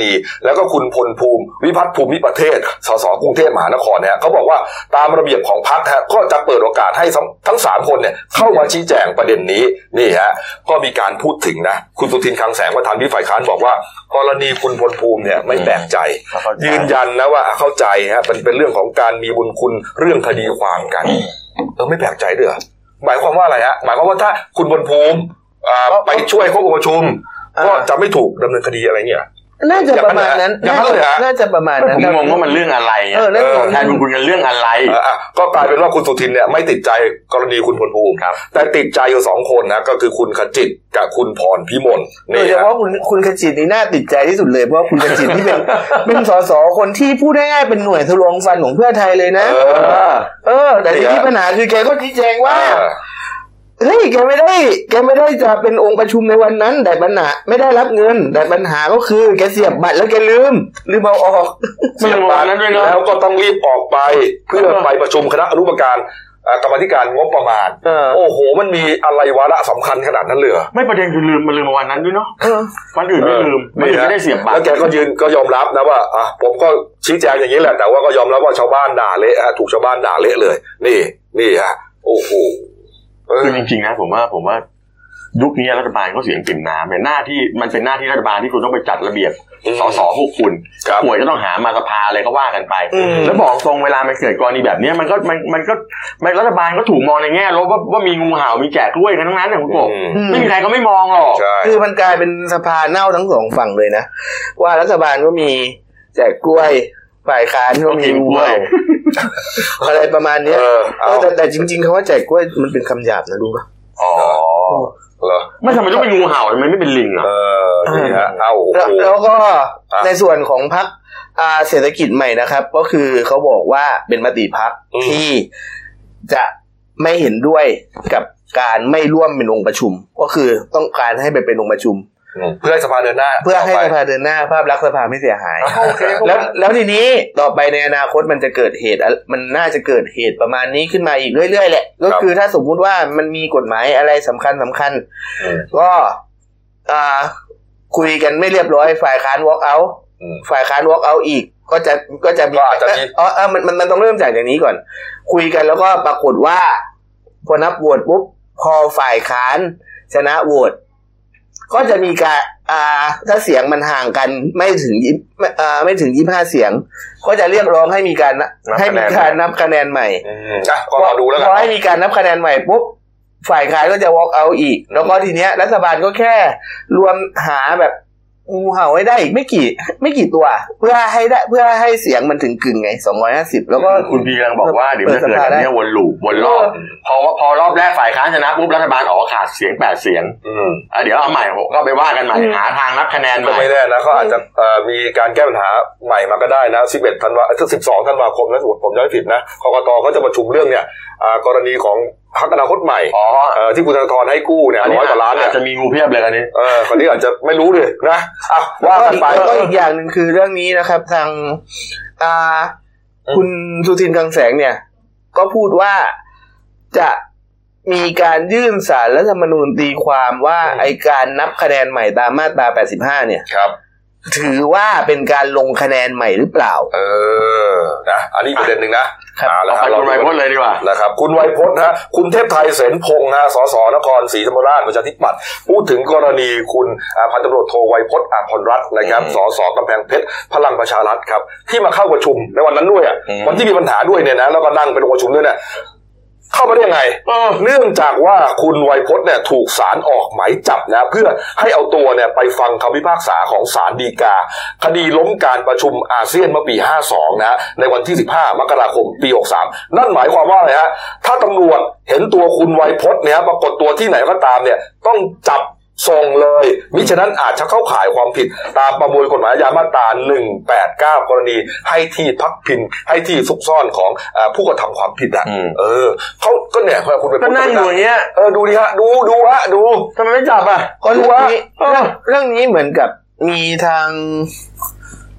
S1: ณีแล้วก็คุณพลภูมิวิพัฒน์ภูมิประเทศสสกรุงเทพมหานครเนี่ยเขาบอกว่าตามระเบียบของพรรคก็จะเปิดโอกาสให้ทั้ง3คนเนี่ยเข้ามาชี้แจงประเด็นนี้นี่ฮะก็มีการพูดถึงนะคุณสุทินคลังแสงประธานวิปฝ่ายค้านบอกว่ากรณีคุณพลภูมิเนี่ยไม่แปลกใจยืนยันนะว่าเข้าใจฮะเป็นเรื่องของการมีบุญคุณเรื่องคดีความกันไม่แปลกใจด้วยหมายความว่าอะไรฮะหมายความว่าถ้าคุณพลภูมิไปช่วยควบคุมประชุมก็จะไม่ถูกดำเนินคดีอะไรเงี้ย
S4: น่าจะประมาณนั้นน่าจะประมาณนั้น
S3: ผมงงว่ามันเรื่องอะไรแทนบุญคุณกันเรื่องอะไร
S1: ก็กลายเป็นว่าคุณสุทินเนี่ยไม่ติดใจกรณีคุณพลภูมิแต่ติดใจอยู่2คนนะก็คือคุณขจิตกับคุณพรพิมล
S4: โดยเฉพาะคุณขจิตนี่น่าติดใจที่สุดเลยเพราะคุณขจิตที่เป็นสสคนที่พูดง่ายๆเป็นหน่วยทะลวงฟันของเพื่อไทยเลยนะแต่ที่ปัญหาคือแกก็ชี้แจงว่าเฮ้ยแกไม่ได้จะเป็นองค์ประชุมในวันนั้นแต่ปัญหาไม่ได้รับเงินแต่ปัญหาก็คือแกเสียบบัตรแล้วแกลืมเอาออก
S1: เสียบบัตรนั้นด้วยแล้วก็ต้องรีบออกไปเพื่อไปประชุมคณะอนุกรรมการกรรมธิการงบประมาณโอ้โหมันมีอะไรวาระสำคัญขนาดนั้นเลย
S3: ไม่ประเด็นคือลืมวันนั้นด้วยเนาะวันอื่นไม่ลืมไม่ได้เสียบบัตร
S1: แล้วแกก็ยอมรับนะว่าผมก็ชี้แจงอย่างนี้แหละแต่ว่าก็ยอมรับว่าชาวบ้านด่าเละถูกชาวบ้านด่าเละเลยนี่ฮะโอ้โห
S3: คือจริงๆนะผมว่ายุคนี้รัฐบาลก็เสียงปริ่มน้ำเนี่ยมันเป็นหน้าที่รัฐบาลที่คุณต้องไปจัดระเบียบสสพวกคุณป่วยก็ต้องหามาสภาอะไรก็ว่ากันไปแล้วบอกตรงเวลามันเกิดกรณีแบบนี้มันก็รัฐบาลก็ถูกมองในแง่ลบว่ามีงูเห่ามีแจกกล้วยกันทั้งนั้นนะคุณกบไม่มีใครเขาไม่มองหรอก
S4: คือมันกลายเป็นสภาเน่าทั้ง2ฝั่งเลยนะว่ารัฐบาลก็มีแจกกล้วยฝ่ายค้านก็มีงูเห่าอะไรประมาณนี้แต่จริงๆคำว่าแจกกล้วยมันเป็นคำหยาบนะรู้ป่ะ
S1: เหรอ
S3: ไม่ทำไมต้องเป็นงูเห่าทำไมไม่เป็นลิง
S1: นี่ฮะ
S4: แล้วก็ในส่วนของพรรคเศรษฐกิจใหม่นะครับก็คือเขาบอกว่าเป็นมติพรรคที่จะไม่เห็นด้วยกับการไม่ร่วมเป็นองค์ประชุมก็คือต้องการให้ไปเป็นองค์ประชุม
S1: เพื่อให้สภาเดินหน้า
S4: ภาพลักษณ์สภาไม่เสียหายแล้วทีนี้ต่อไปในอนาคตมันจะเกิดเหตุมันน่าจะเกิดเหตุประมาณนี้ขึ้นมาอีกเรื่อยๆแหละก็คือถ้าสมมุติว่ามันมีกฎหมายอะไรสำคัญก็คุยกันไม่เรียบร้อยฝ่ายค้าน walk out อีกก็จะมีมันต้องเริ่มจากอย่างนี้ก่อนคุยกันแล้วก็ปรากฏว่าพอนับโหวตปุ๊บพอฝ่ายค้านชนะโหวตก็จะมีการถ้าเสียงมันห่างกันไม่ถึง25เสียงก็จะเรียกร้องให้มีการนับคะแนนใหม่
S1: ก็รอดูแล้วกัน
S4: พอให้มีการนับคะแนนใหม่ปุ๊บฝ่ายค้านก็จะ walk out อีกแล้วก็ทีเนี้ยรัฐบาลก็แค่รวมหาแบบงูเห่าให้ได้อีกไม่กี่ตัวเพื่อให้เสียงมันถึงกึ่งไง250แล้วก็
S3: คุณพีกำลังบอกว่าเดี๋ยวจะเกิดแบบนี้วนรอบพอรอบแรกฝ่ายค้านชนะปุ๊บรัฐบาลขาดเสียง8เสียงเดี๋ยวเอาใหม่ก็ไปว่ากันใหม่หาทางนับคะแนน
S1: ก็ไม่แน่นะเขาอาจจะมีการแก้ปัญหาใหม่มาก็ได้นะ12 ธันวาคมนะผมจำไม่ผิดนะกกตเขาจะประชุมเรื่องเนี่ยกรณีของพรรคอนาคตใหม่ที่คุณธนาธรให้กู้เนี่ย100 กว่าล้านเนี่ย
S3: จะมีงูเพียบเลยอันนี้
S1: คนนี้อาจจะไม่รู้เลยนะว่ากันไป
S4: ก็อีกอย่างนึงคือเรื่องนี้นะครับทางคุณสุทินคลังแสงเนี่ยก็พูดว่าจะมีการยื่นศาลรัฐธรรมนูญตีความว่าไอ้การนับคะแนนใหม่ตามมาตรา85เนี่ย
S1: ครับ
S4: ถือว่าเป็นการลงคะแนนใหม่หรือเปล่า
S1: นะอันนี้ประเด็นหนึ่งนะ
S3: แล้วครับคุณไวยพจน์เลยดีกว่า
S1: นะครับคุณไวยพจน์คุณเทพไทยเสนพงษ์สสนครศรีธรรมราชประชาธิปัตย์พูดถึงกรณีคุณพันตำรวจโทไวยพจน์อาภรณ์รัตน์นะครับสสกำแพงเพชรพลังประชารัฐครับที่มาเข้าประชุมในวันนั้นด้วยวันที่มีปัญหาด้วยเนี่ยนะแล้วก็นั่งเป็นองค์ประชุมด้วยเนี่ยเข้ามาได้ยังไงเนื่องจากว่าคุณไวยพจน์เนี่ยถูกศาลออกหมายจับนะเพื่อให้เอาตัวเนี่ยไปฟังคำพิพากษาของศาลฎีกาคดีล้มการประชุมอาเซียนเมื่อปี52นะในวันที่15 มกราคมปี63นั่นหมายความว่าอะไรฮะถ้าตำรวจเห็นตัวคุณไวยพจน์เนี่ยปรากฏตัวที่ไหนก็ตามเนี่ยต้องจับส่งเลยมิฉะนั้นอาจจะเข้าข่ายความผิดตามประมวลกฎหมายอาญามาตรา189กรณีให้ที่พักพิงให้ที่ซุกซ่อนของผู้กระทำความผิดเขาก็เนี่ยพอคุณไป
S3: ก็นั่งอยู่อย่างเงี้ย
S1: ดูดิฮะดูฮะดู
S3: ทำไมไม่จับ
S4: ก็รู้ว่าเรื่องนี้เหมือนกับมีทาง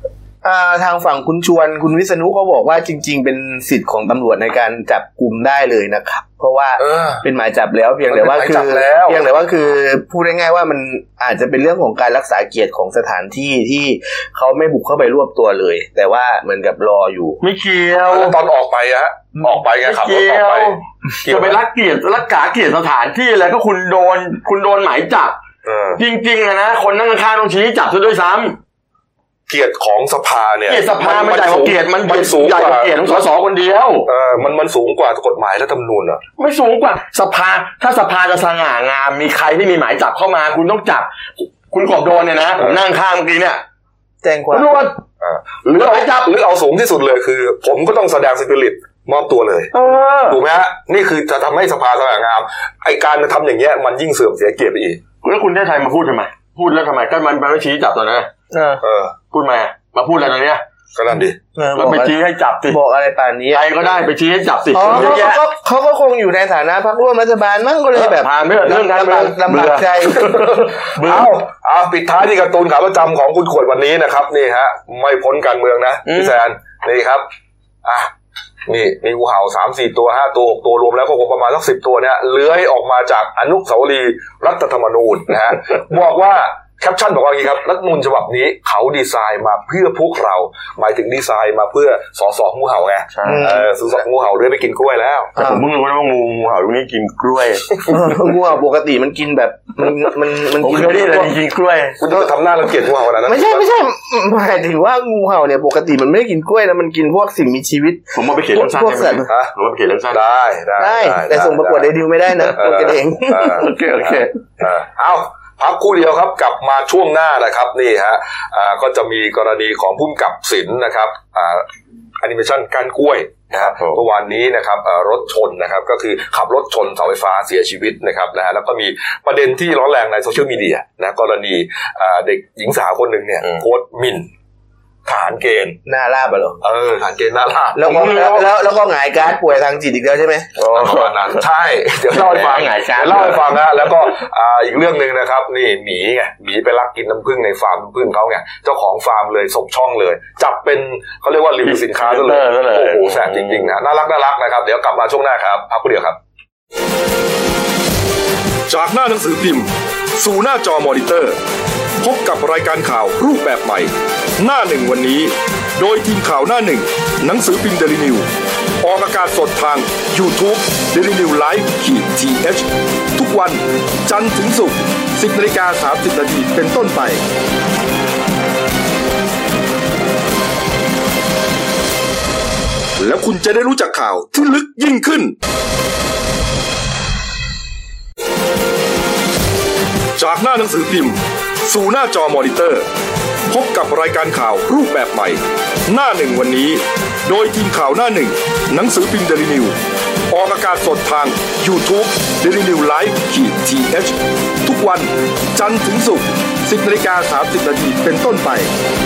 S4: ทางฝั่งคุณชวนคุณวิษณุก็บอกว่าจริงๆเป็นสิทธิ์ของตำรวจในการจับกุมได้เลยนะครับเพราะว่าเป็นหมายจับแล้วเพียงแต่ว่าคือพูดง่ายๆว่ามันอาจจะเป็นเรื่องของการรักษาเกียรติของสถานที่ที่เขาไม่บุกเข้าไปรวบตัวเลยแต่ว่าเหมือนกับรออยู่
S3: ไม่เกี่ยว
S1: ตอนออกไปออกไปไงขับรถออกไป
S3: จะไปรักษาเกียรติสถานที่อะไรก็คุณโดนหมายจับจริงๆนะคนนั่งข้างๆต้องชี้จับซะด้วยซ้ำ
S1: เกียรติของสภาเนี่ย
S3: เกียรติสภาไม่ใช่เกียรติมันสูงกว่าเกียรติของส.ส.คนเดียว
S1: มันสูงกว่ากฎหมายและรัฐธรรมนูญอ่ะ
S3: ไม่สูงกว่าสภาถ้าสภาจะสง่างามมีใครที่มีหมายจับเข้ามาคุณต้องจับคุณกบโดนเนี่ยนะผมนั่งข้างเมื่อกี้เนี่ย
S4: แจ้งความ
S3: ตำรวจ
S1: หรือเอาสูงที่สุดเลยคือผมก็ต้องแสดงสปิริตมอบตัวเลยถูกไหมฮะนี่คือจะทำให้สภาสง่างามไอการทำอย่างเงี้ยมันยิ่งเสื่อมเสียเกียรติไปอีก
S3: แล้วคุณได้ไทยมาพูดทำไมพูดแล้วทำไมก็มันไม่ชี้จับตอนนั้นพูดมาพูดอะไรตอนเนี้ย
S1: ก็นั่นดิ
S3: แล้วไปชี้ให้จับสิ
S4: บอกอะไรป่านนี้
S3: ใครก็ได้ไปชี้ให้จับสิ
S4: เขาก็คงอยู่ในฐานะพรรคร่วมรัฐบาลมั่งก็เลยแบบ
S3: ผ่านไม่เรื่องการ
S4: ลำบากใจ
S1: เอาปิดท้ายที่การ์ตูนขาประจำของคุณขวดวันนี้นะครับนี่ฮะไม่พ้นการเมืองนะพี่แซนนี่ครับนี่มีงูเห่า 3-4 ตัว 5 ตัว 6 ตัวรวมแล้วก็คงประมาณสัก10 ตัวเนี่ยเลื้อยออกมาจากอนุสาวรีย์รัฐธรรมนูญนะฮะบอกว่าแคปชั่นบอกว่าอย่างนี้ครับรัฐธรรมนูญฉบับนี้เขาดีไซน์มาเพื่อพวกเราหมายถึงดีไซน์มาเพื่อสสงูเห่าไงสสงูเห่าเลื้อยไปกินกล้วยแล้ว
S3: ผมเพิ่งรู้ว่างูเห่าตรงนี้กินกล้วย
S4: งูเห่าปกติมันกินแบบมัน
S3: กินได้เลยกินกล้วย
S1: คุณต้องทำหน้ารังเกียจงูเห่าแล้วนะ
S4: ไม่ใช่หมายถึงว่างูเห่าเนี่ยปกติมันไม่กินกล้วยนะมันกินพวกสิ่งมีชีวิต
S3: ผมมาไปเขียนเรื่องสั้นใช่ไหมผมมาไปเขียนเรื่องสั้น
S1: ได้
S4: แต่ส่งประกวดได้ดิวไม่ได้นะตัวกันเอง
S3: โอเค
S1: เอาพักคู่เดียวครับกลับมาช่วงหน้านะครับนี่ฮะก็จะมีกรณีของผู้กำกับศิลป์นะครับแอนิเมชันก้านกล้วยนะครับเมื่อวานนี้นะครับรถชนนะครับก็คือขับรถชนเสาไฟฟ้าเสียชีวิตนะครับนะฮะแล้วก็มีประเด็นที่ร้อนแรงในโซเชียลมีเดียนะกรณีเด็กหญิงสาวคนหนึ่งเนี่ยโพสต์หมิ่นทหารเกณฑ์
S4: หน้าราบเหรอ
S1: ทหารเกณฑ์หน้าราบ
S4: แล้วก็หงายการ์ดป่วยทางจิตอีกแล้วใช่ไหม
S1: ประมาณนั้นใช่เดี๋ยวเล่าให้ฟังหงายการ์ดเล่าให้ฟังนะแล้วก็อีกเรื่องนึงนะครับนี่หมีไงหมีไปลักกินน้ำผึ้งในฟาร์มน้ำผึ้งเขาไงเจ้าของฟาร์มเลยส่งช่องเลยจับเป็นเขาเรียกว่ารีวิวสินค้าซะเลยโอ้โหแสบจริงๆนะน่ารักนะครับเดี๋ยวกลับมาช่วงหน้าครับพักผู้เดียวครับจากหน้าหนังสือพิมพ์สู่หน้าจอมอนิเตอร์พบกับรายการข่าวรูปแบบใหม่หน้าหนึ่งวันนี้โดยทีมข่าวหน้าหนึ่งหนังสือพิมพ์ Daily News ออกอากาศสดทาง YouTube Daily News Live-TH ทุกวันจันทร์ถึงศุกร์ 10:30 น.เป็นต้นไปแล้วคุณจะได้รู้จักข่าวที่ลึกยิ่งขึ้นจากหน้าหนังสือพิมพ์สู่หน้าจอมอนิเตอร์พบกับรายการข่าวรูปแบบใหม่หน้าหนึ่งวันนี้โดยทีมข่าวหน้าหนึ่งหนังสือพิมพ์ Daily News ออกอากาศสดทาง YouTube Daily News Live-TH ทุกวันจันทร์ถึงศุกร์ 10:30 น.เป็นต้นไป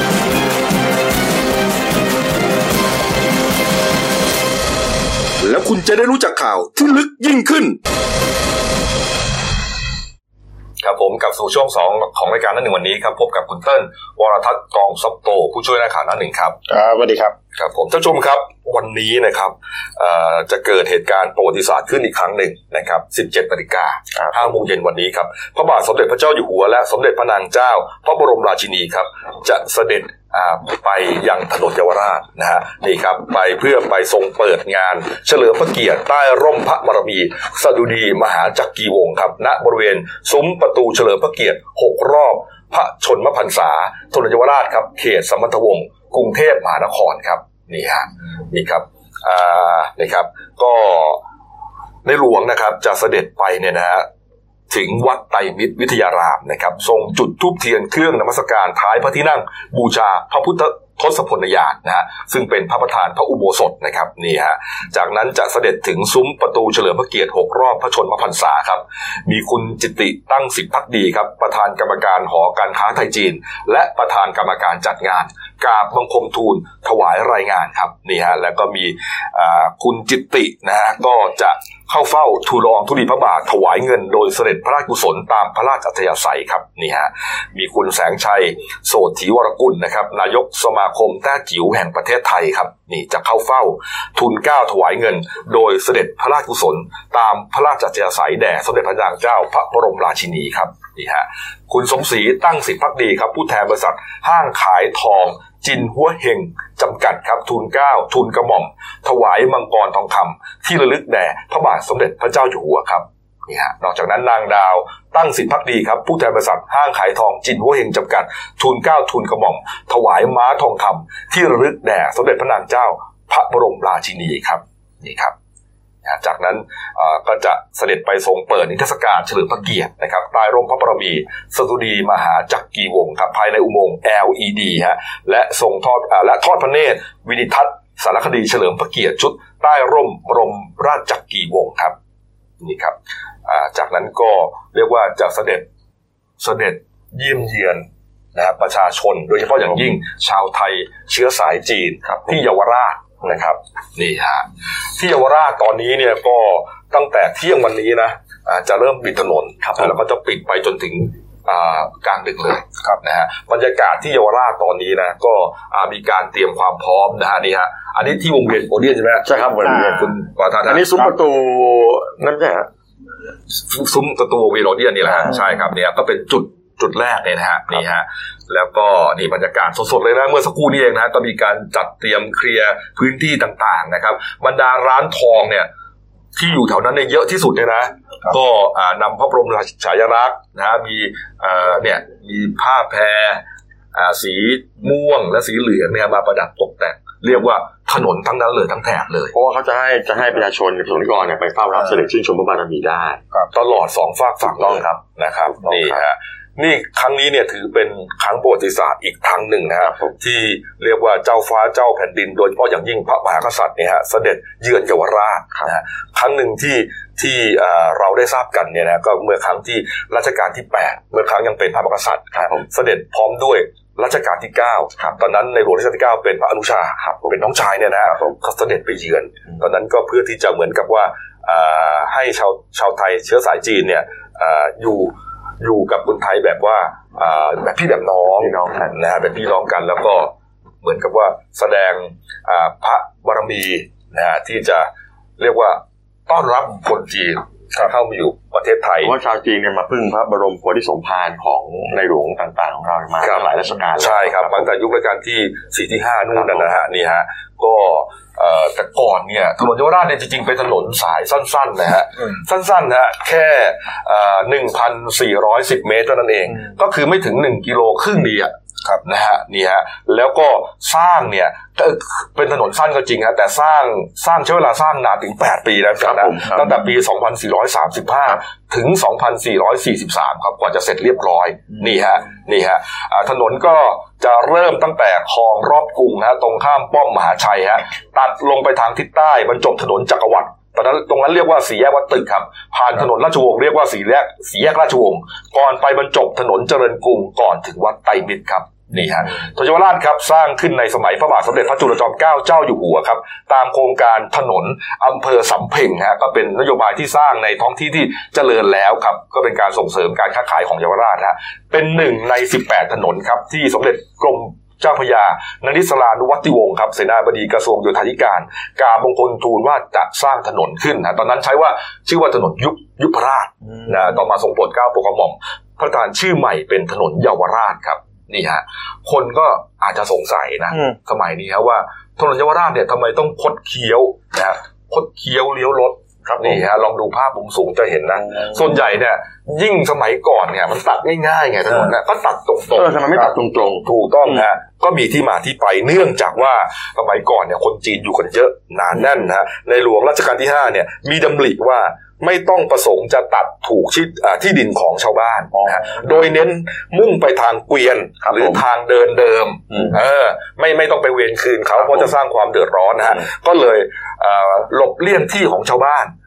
S1: แล้วคุณจะได้รู้จักข่าวที่ลึกยิ่งขึ้นครับผมกับสู่ช่วง2ของรายการหน้าหนึ่งวันนี้ครับพบกับคุณเติ้ลวรทัศน์กองซับโตผู้ช่วยนักข่าวหน้าหนึ่งครับ
S3: สวัสดีครับ
S1: ครับผมท่านผู้ชมครับวันนี้นะครับจะเกิดเหตุการณ์ประวัติศาสตร์ขึ้นอีกครั้งหนึ่งนะครับ 17:00 น. 5 โมงเย็นวันนี้ครับพระบาทสมเด็จพระเจ้าอยู่หัวและสมเด็จพระนางเจ้าพระบรมราชินีครับจะเสด็จไปยังถนนเยาวราชนะฮะนี่ครับไปเพื่อไปทรงเปิดงานเฉลิมพระเกียรติใต้ร่มพระบารมีสดุดีมหาจักรีวงศ์ครับณบริเวณซุ้มประตูเฉลิมพระเกียรติ6รอบพระชนมพรรษาถนนเยาวราชครับเขตสัมพันธวงศ์กรุงเทพมหานครครับนี่ฮะนี่ครับนี่ครับก็ในหลวงนะครับจะเสด็จไปเนี่ยนะฮะถึงวัดไตรมิตรวิทยารามนะครับทรงจุดธูปเทียนเครื่องนมัสการท้ายพระที่นั่งบูชาพระพุทธทศพลญาณนะฮะซึ่งเป็นพระประธานพระอุโบสถนะครับนี่ฮะจากนั้นจะเสด็จถึงซุ้มประตูเฉลิมพระเกียรติ6รอบพระชนมพรรษาครับมีคุณจิตติตั้งสิบภักดีครับประธานกรรมการหอการค้าไทยจีนและประธานกรรมการจัดงานกราบบังคมทูลถวายรายงานครับนี่ฮะแล้วก็มีคุณจิตตินะฮะก็จะเข้าเฝ้าทูลละอองธุลีพระบาทถวายเงินโดยเสด็จพระราชกุศลตามพระราชอัธยาศัยครับนี่ฮะมีคุณแสงชัยโสถีวรกุลนะครับนายกสมาคมแต้จิ๋วแห่งประเทศไทยครับนี่จะเข้าเฝ้าทูลเกล้าถวายเงินโดยเสด็จพระราชกุศลตามพระราชอัธยาศัยแด่สมเด็จพระนางเจ้าพระบรมราชินีครับนี่ฮะคุณสมศรีตั้งสิทธิภักดีครับผู้แทนบริษัทห้างขายทองจินหัวเฮงจำกัดครับทูลเกล้าทูลกระหม่อมถวายมังกรทองคำที่ระลึกแด่พระบาทสมเด็จพระเจ้าอยู่หัวครับนี่ฮะนอกจากนั้นนางดาวตั้งสิทธิภักดีครับผู้แทนบริษัทห้างขายทองจินหัวเฮงจำกัดทูลเกล้าทูลกระหม่อมถวายม้าทองคำที่ระลึกแด่สมเด็จพระนางเจ้าพระบรมราชินีครับนี่ครับจากนั้นก็จะเสด็จไปทรงเปิดนิทรรศการเฉลิมพระเกียรตินะครับใต้ร่มพระบรมีสดุดีมหาจักรีวงศ์ครับภายในอุโมงค์ LED ฮะและทรงทอดพระเนตรวินิทัศน์สารคดีเฉลิมพระเกียรติชุดใต้ร่มบรมราชจักรีวงศ์ครับนี่ครับจากนั้นก็เรียกว่าจะเสด็จเยี่ยมเยือนนะครับประชาชนโดยเฉพาะอย่างยิ่งชาวไทยเชื้อสายจีนที่เยาวราชนะครับนี่ฮะที่เยาวราชตอนนี้เนี่ยก็ตั้งแต่เที่ยงวันนี้นะจะเริ่มปิดถนนแล้วก็จะปิดไปจนถึงกลางดึกเลยนะฮะบรรยากาศที่เยาวราชตอนนี้นะก็มีการเตรียมความพร้อมนะฮะนี่ฮะอันนี้ที่วงเวียนโอเดียนใช่ไหมใช่ครับวงเวียนคุณกอธาอันนี้ซุ้มประตูนั่นใช่ฮะซุ้มประตูวงเวียนโอเดียนนี่แหละฮะใช่ครับเนี่ยก็เป็นจุดแรกเลยนะฮะนี่ฮะแล้วก็นี่บรรยากาศสดๆเลยนะเมื่อสักครู่นี้เองนะก็มีการจัดเตรียมเคลียร์พื้นที่ต่างๆนะครับบรรดาร้านทองเนี่ยที่อยู่แถวนั้นเนี่ยเยอะที่สุดเลยนะก็นำพระบรมฉายาลักษณ์นะมีเนี่ยมีผ้าแพรสีม่วงและสีเหลืองเนี่ยมาประดับตกแต่งเรียกว่าถนนทั้งนั้นเลยทั้งแถบเลยเพราะว่าเขาจะให้ประชาชนประสงค์นิกรเนี่ยไปเฝ้ารับเสด็จชื่นชมพระบารมีได้ตลอด2ฝากฝั่งต้องครับนะครับนี่ฮะนี่ครั้งนี้เนี่ยถือเป็นครั้งประวัติศาสตร์อีกครั้งหนึ่งนะครับที่เรียกว่าเจ้าฟ้าเจ้าแผ่นดินโดยเฉพาะอย่างยิ่งพระมหากษัตริย์เนี่ยฮะเสด็จเยือนเยาวราชนะฮะครั้งหนึ่งที่เราได้ทราบกันเนี่ยนะก็เมื่อครั้งที่รัชกาลที่8เมื่อครั้งยังเป็นพระมหากษัตริย์เสด็จพร้อมด้วยรัชกาลที่9ตอนนั้นในหลวงรัชกาลที่9เป็นพระอนุชาเป็นน้องชายเนี่ยนะเขาเสด็จไปเยือนตอนนั้นก็เพื่อที่จะเหมือนกับว่าให้ชาวไทยเชื้อสายจีนเนี่ยอยู่กับคนไทยแบบว่าแบบพี่แบบน้องนะฮะเป็นพี่น้องกันแล้วก็เหมือนกับว่าแสดงพระบารมีนะฮะที่จะเรียกว่าต้อนรับคนจีนเข้ามาอยู่ประเทศไทยเพราะว่าชาวจีนเนี่ยมาพึ่งพระบรมโพธิสมภารของในหลวงต่างๆของเรามาหลายรัชกาลใช่ครับตั้งแต่ยุครัชกาลที่4ที่5นู่นนะฮะนี่ฮะก็แต่ก่อนเนี่ยถนนเยาวราชเนี่ยจริงๆเป็นถนนสายสั้นๆนะฮะสั้นๆนะแค่ 1,410 เมตรเท่านั้นเองก็คือไม่ถึง1กิโลครึ่งดีอ่ะนะฮะนี่ฮะแล้วก็สร้างเนี่ยเป็นถนนสั้นก็จริงฮะแต่สร้างใช้เวลาสร้างนานถึง8ปีแล้วนะตั้งแต่ปี2435ถึง2443ครับกว่าจะเสร็จเรียบร้อยนี่ฮะถนนก็จะเริ่มตั้งแต่คลองรอบกรุงนะตรงข้ามป้อมมหาชัยฮะตัดลงไปทางทิศใต้บรรจบถนนจักรวรรดิตรงนั้นเรียกว่าสี่แยกวัดตึกครับผ่านถนนราชวงศ์เรียกว่าสี่แยกราชวงศ์ก่อนไปบรรจบถนนเจริญกรุงก่อนถึงวัดไตรมิตรครับนี่ฮะถนนเยาวราชครับสร้างขึ้นในสมัยพระบาทสมเด็จพระจุลจอมเกล้าเจ้าอยู่หัวครับตามโครงการถนนอำเภอสำเพ็งฮะก็เป็นนโยบายที่สร้างในท้องที่ที่เจริญแล้วครับก็เป็นการส่งเสริมการค้าขายของเยาวราชฮะเป็น1ใน18ถนนครับที่สมเด็จกรมเจ้าพระยานริศรานุวัติวงศ์ครับเสนาบดีกระทรวงโยธาธิการกราบบังคมทูลว่าจะสร้างถนนขึ้นนะตอนนั้นชื่อว่าถนนยุพราชนะต่อมาทรงโปรดเกล้าโปรดกระหม่อมพระราชทานชื่อใหม่เป็นถนนเยาวราชครับนี่ฮะคนก็อาจจะสงสัยนะสมัยนี้ครับว่าถนนเยาวราชเนี่ยทำไมต้องคดเคี้ยวนะคดเคี้ยวเลี้ยวรถนี่ฮะลองดูภาพมุมสูงจะเห็นนะส่วนใหญ่เนี่ยยิ่งสมัยก่อนเนี่ยมันตัดง่ายๆไงถนนเนี่ยก็ตัดตรงๆทำไมไม่ตัดตรงๆถูกต้องฮะก็มีที่มาที่ไปเนื่องจากว่าสมัยก่อนเนี่ยคนจีนอยู่กันเยอะหนาแน่นนะในหลวงรัชกาลที่5เนี่ยมีดำริว่าไม่ต้องประสงค์จะตัดถูกที่ดินของชาวบ้านนะโดยเน้นมุ่งไปทางเกวียนหรือทางเดินเดิมไม่ต้องไปเวียนคืนเขาเพราะจะสร้างความเดือดร้อนนะฮะก็เลยหลบเลี่ยงที่ของชาวบ้าน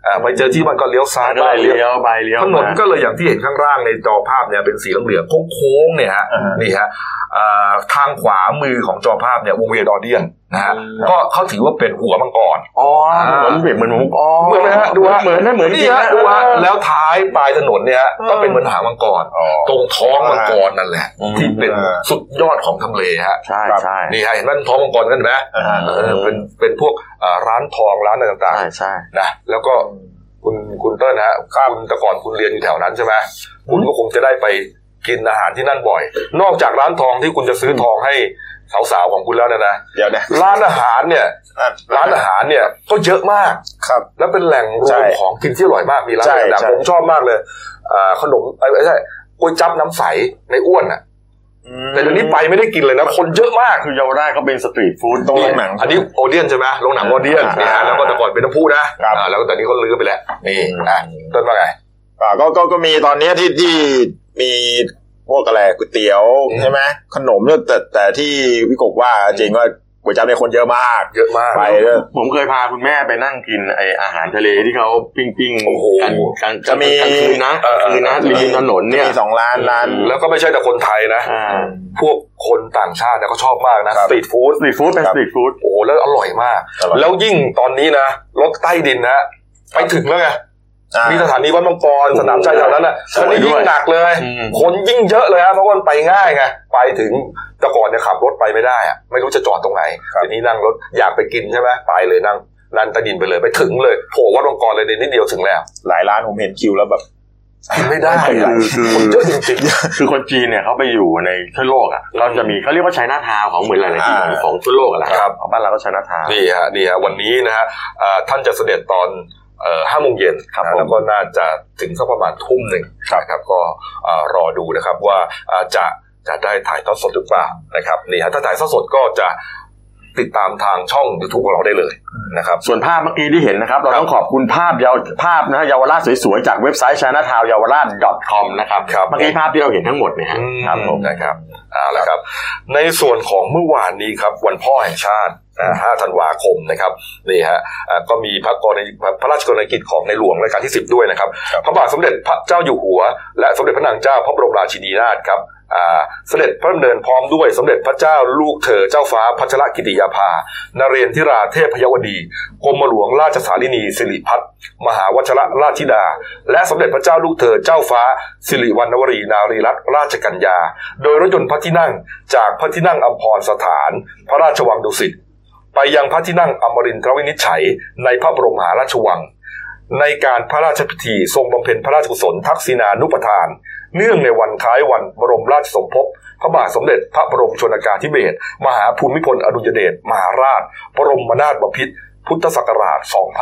S1: ไปเจอที่มันก็เลี้ยวซ้าย
S3: ก็เลี้ยวไปเลี้ยว
S1: ถนนก็เลยอย่างที่เห็นข้างล่างในจอภาพเนี่ยเป็นสีเหลืองๆโค้งๆเนี่ยฮะนี่ฮะทางขวามือของจอภาพเนี่ยวงเวียนออเดียนนะฮะก็เขาถือว่าเป็นหัวมังกร
S3: เหมือนเหมือน
S1: เหมือนนะฮะดูฮะ
S3: เหมือนจริงนะ
S1: ดูฮะแล้วท้ายปลายถนนเนี่ยก็เป็นเหมือนหางมังกรตรงท้องมังกรนั่นแหละที่เป็นสุดยอดของทำเลฮะ
S3: ใช่ใช่
S1: นี่ฮะเห็นว่าท้องมังกรกันไหมเป็นพวกร้านทองร้านอะไรต่าง
S3: ๆใช่
S1: นะแล้วก็คุณเติ้ลนะฮะคุณแต่ก่อนคุณเรียนอยู่แถวนั้นใช่ไหมคุณก็คงจะได้ไปกินอาหารที่นั่นบ่อยนอกจากร้านทองที่คุณจะซื้อทองให้สาวๆของคุณแล้วนะ
S5: เดี๋ยวนะ
S1: ร้านอาหารเนี่ยก็เยอะมาก
S5: ครับ
S1: แล้วเป็นแหล่งรวมของกินที่อร่อยมากมีร้านต่างๆผมชอบมากเลยขนมไม่ใช่ก๋วยจั๊บน้ำใสในอ้วนอ่ะแต่เดี๋ยวนี้ไปไม่ได้กินเลยนะคนเยอะมาก
S3: คือเยาวราชเขาเป็นสตรีทฟู้ด
S5: ตรงหนัง
S1: อันนี้โอเดียนใช่ไหมโรงหนังโอเดียนนี่ฮะแล้วก็แต่ก่อนเป็นน้ำพุนะแล้วก็ตอนนี้เขาลื้อไปแล้วนี่ต้นว่าไง
S5: ก็มีตอนนี้ที่มีพวกอะไรก๋วยเตี๋ยวใช่ไหมขนมเนี่ยแต่ที่พี่กบว่าจริงว่าก๋วยจั๊บเนี่ยคนเยอะมากไปเลย
S3: ผมเคยพาคุณแม่ไปนั่งกินไออาหารทะเลที่เขาปิ้งกัน
S5: จะมี
S3: คืนนะริมถนนเนี่ย
S5: มี2ร้าน
S1: แล้วก็ไม่ใช่แต่คนไทยนะพวกคนต่างชาติเนี่ยเขาชอบมากนะสตรีทฟู้ด
S3: เป็นสตรีทฟู้ด
S1: โอ้แล้วอร่อยมากแล้วยิ่งตอนนี้นะรถใต้ดินนะไปถึงแล้วไงมีสถานีวัดมังกรสนามชัยแถวนั้นน่ะตอนนี้ยิ่งหนักเลยคนยิ่งเยอะเลยฮะเพราะว่าไปง่ายไงไปถึงแต่ก่อนเนี่ยขับรถไปไม่ได้อะไม่รู้จะจอดตรงไหนทีนี้นั่งรถอยากไปกินใช่ไหมไปเลยนั่งลันใต้ดินไปเลยไปถึงเลยโผล่วัดมังกรเลยนิดเดียวถึงแล้ว
S5: หลายร้านผมเห็นคิวแล้วแบบ
S1: กินไม่ได้คือคนเยอะจริง
S3: ๆคือคนจีนเนี่ยเขาไปอยู่ในทั่วโลกอ่ะเขาจะมีเขาเรียกว่าไชน่าทาวน์ของเหมือนหลายๆที่ของทั่วโลกแหละครับบ้านเราก็ไชน่าทาวน์
S1: นี่ฮะวันนี้นะฮะท่านจะเสด็จตอน5 โมงเย็นแล้วก็น่าจะถึงสักประมาณทุ่มหนึ่งนะครับก็รอดูนะครับว่าจะได้ถ่ายทอดสดหรือเปล่านะครับนี่ฮะถ้าถ่ายทอดสดก็จะติดตามทางช่อง YouTube ของเราได้เลยนะครับ
S3: ส่วนภาพเมื่อกี้ที่เห็นนะครับเราต้องขอบคุณภาพนะเยาวราชสวยๆจากเว็บไซต์ chinatown-yavarat.com นะครับเมื่อกี้ภาพที่เราเห็นทั้งหมดเนี่ย
S1: ครับผมนะครับแล้วครับในส่วนของเมื่อวานนี้ครับวันพ่อแห่งชาติ5 ธันวาคมนะครับนี่ฮะก็มีพระราชกรณียกิจของในหลวงรัชกาลที่10ด้วยนะครับพระบาทสมเด็จพระเจ้าอยู่หัวและสมเด็จพระนางเจ้าพระบรมราชินีนาถครับเสด็จพระดำเนินพร้อมด้วยสมเด็จพระเจ้าลูกเธอเจ้าฟ้าพัชรกิติยาภานเรนทิราเทพยวดีกรมหลวงราชสารินีสิริพัฒน์มหาวชรราชธิดาและสมเด็จพระเจ้าลูกเธอเจ้าฟ้าสิริวัณวรีนารีรัตนราชกัญญาโดยรถยนต์พระที่นั่งจากพระที่นั่งอัมพรสถานพระราชวังดุสิตไปยังพระที่นั่งอมรินทรวินิจฉัยในพระบรมมหาราชวังในการพระราชพิธีทรงบำเพ็ญพระราชกุศลทักษิณานุปทานเนื่องในวันคล้ายวันบรมราชสมภพพระบาทสมเด็จพระบรมชนกาธิเบศรมหาภูมิพลอดุลยเดชมหาราชบรมนาถบพิตรพุทธศักราช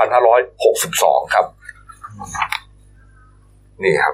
S1: 2562 ครับนี่ครับ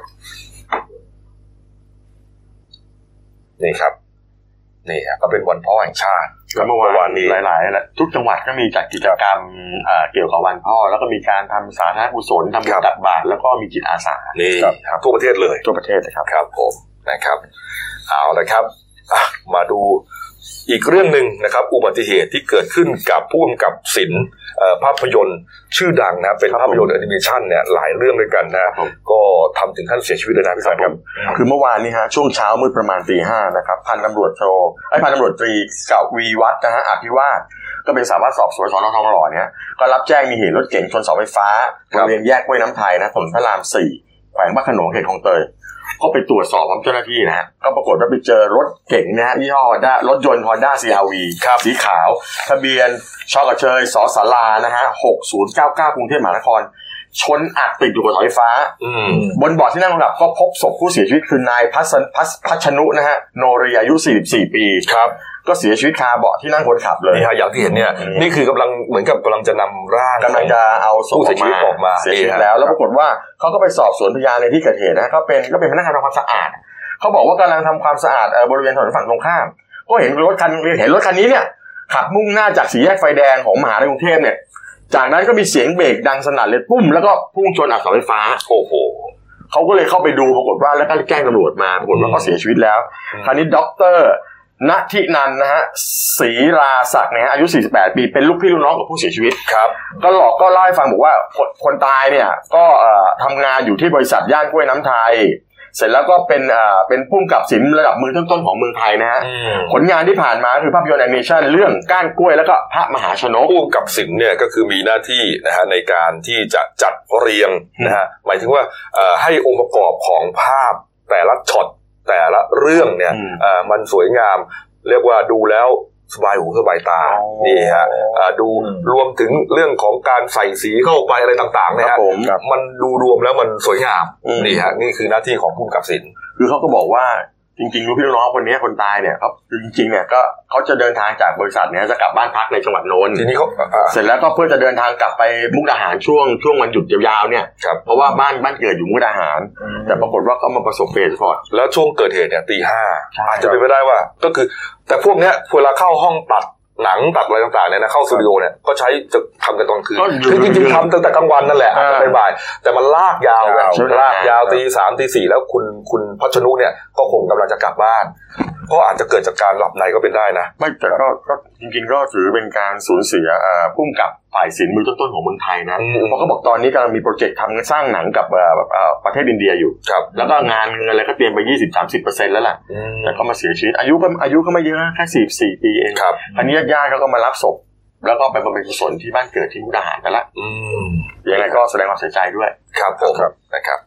S1: นี่ก็เป็นวันพ่อแห่งชาติ
S3: เมื่อวานนี้หลายๆทุกจังหวัดก็มีจัดกิจกรรมเกี่ยวกับวันพ่อแล้วก็มีการทำสาธารณกุศลทำบุญตักบาตรแล้วก็มีจิตอาสา
S1: นี่ครับทั่วประเทศเลย
S3: ทั่วประเทศนะครับ
S1: ครับผมนะครับเอาละครับมาดูอีกเรื่องนึงนะครับอุบัติเหตุที่เกิดขึ้นกับผู้กำกับศิลป์ภาพยนตร์ชื่อดังนะเป็นภาพยนตร์แอนิเมชันเนี่ยหลายเรื่องด้วยกันนะก็ทำถึงขั้นเสียชีวิตเลยนะพี่สายครับ
S3: คือเมื่อวานนี้ฮะช่วงเช้ามืดประมาณ 5:00 นะครับพันตำรวจตรีเก่าวีวัฒน์นะฮะอภิวาทก็เป็นสารวัตรสอบสวนสน.ทองหล่อเนี่ยก็รับแจ้งมีเหตุรถเก๋งชนเสาไฟฟ้าบริเวณแยกห้วยน้ำไทยนะถนนพระราม 4แขวงพระโขนงเขตคลองเตยก็ไปตรวจสอบพร้อมเจ้าหน้าที่นะฮะก็ปรากฏว่าไปเจอรถเก๋งนะฮะยี่ห้อรถยนต์ Honda CR-V สีขาวทะเบียนชกเชยสศลานะฮะ6099กรุงเทพมหานครชนอัดติดอยู่กับเสาไฟฟ้าบนเบาะที่นั่งหลับก็พบศพผู้เสียชีวิตคือนายพัชนุนะฮะโนรีอายุ44 ปี
S1: ครับ
S3: ก็เสียชีวิตคาเบาะที่นั่งคนขับเลย
S1: นี่ฮะอย่างที่เห็นเนี่ยนี่คือกำลังเหมือนกับกำลังจะนำร่าง
S3: กำลังจะเอาศพ
S1: ออกมา
S3: เสียชีวิตแล้วปรากฏว่าเขาก็ไปสอบสวนพยานในที่เกิดเหตุนะก็เป็นพนักงานทำความสะอาดเขาบอกว่ากำลังทำความสะอาดบริเวณถนนฝั่งตรงข้ามก็เห็นรถคันนี้เนี่ยขับมุ่งหน้าจากสี่แยกไฟแดงของมหาวิทยาลัยกรุงเทพเนี่ยจากนั้นก็มีเสียงเบรกดังสนั่นเลยปุ้มแล้วก็พุ่งชนอัดเสาไฟฟ้า
S1: โอ้โห
S3: เขาก็เลยเข้าไปดูปรากฏว่าแล้วก็แจ้งตำรวจมาปรากฏว่าเขาเสียชีวิตแล้วคราวนี้ด็อกเตอร์ณทินันท์นะฮะศรีราศักดิ์นะฮะอายุ48ปีเป็นลูกพี่ลูกน้องกับผู้เสียชีวิต
S1: ครับ
S3: ก็เล่าให้ฟังบอกว่าคนตายเนี่ยก็ทำงานอยู่ที่บริษัทย่านกล้วยน้ำไทยเสร็จแล้วก็เป็นผู้กำกับศิลป์ระดับมือต้นๆของเมืองไทยนะฮะผลงานที่ผ่านมาคือภาพยนตร์แอนิเมชั่นเรื่องก้านกล้วยแล้วก็พระมหาชนก
S1: ผู้กำกับศิลป์เนี่ยก็คือมีหน้าที่นะฮะในการที่จะจัดเรียงนะฮะหมายถึงว่าให้องค์ประกอบของภาพแต่ละช็อตแต่ละเรื่องเนี่ยมันสวยงามเรียกว่าดูแล้วสบายหูสบายตานี่ฮะดูรวมถึงเรื่องของการใส่สีเข้าไปอะไรต่างๆเนี่ยฮะมันดูรวมแล้วมันสวยงามนี่ฮะนี่คือหน้าที่ของผู้กำกับศิลป์
S3: คือเขาก็บอกว่าจริงๆลูกพี่ลูกน้องคนนี้คนตายเนี่ยครับจริงๆเนี่ยก็เขาจะเดินทางจากบริษัทเนี่ยจะกลับบ้านพักในจังหวัดนนท์
S1: ทีนี้เขา
S3: เสร็จแล้วก็เพื่อจะเดินทางกลับไปมุกดาหารช่วงวันหยุดยาวๆเนี่ยเพราะว่าบ้านเกิดอยู่มุกดาหารแต่ปรากฏว่าก็มาประสบเหตุก่อน
S1: แล้วช่วงเกิดเหตุเนี่ย 5:00 นอาจจะเป็นไปได้ว่าก็คือแต่พวกเนี้ยเวลาเข้าห้องตัดหนังตัดอะไรต่างๆเนี่ยนะเข้าสตูดิโอเนี่ยก็ใช้จะทำกันตอนคืนคือจริงๆทำตั้งแต่กลางวันนั่นแหละบ่ายๆแต่มันลากยาวไงลากยาว 3:00 น 4:00 นแล้วคุณพัชนุเนี่ยก็คงกำลังจะกลับบ้านก็อาจจะเกิดจากการหลับในก็เป็นได้นะ
S3: ไม่แต่ก็จริงๆก็ถือเป็นการสูญเสียผู้กำกับฝ่ายศิลป์มือต้นๆของเมืองไทยนะเพราะเขาบอกตอนนี้กำลังมีโปรเจกต์ทำสร้างหนังกับประเทศอินเดียอยู่แล้วก็งานเงินอะไรก็เตรียมไป 20-30% แล้วล่ะแต่ก็มาเสียชีวิตอายุก็ไม่เยอะแค่44ปีเองอันนี้ญาติเขาก็มารับศพแล้วก็ไปบำเพ็ญกุศลที่บ้านเกิดที่มุกดาหารกันละยังไงก็แสดงความเสียใจด้วย
S1: ครับผมนะครับ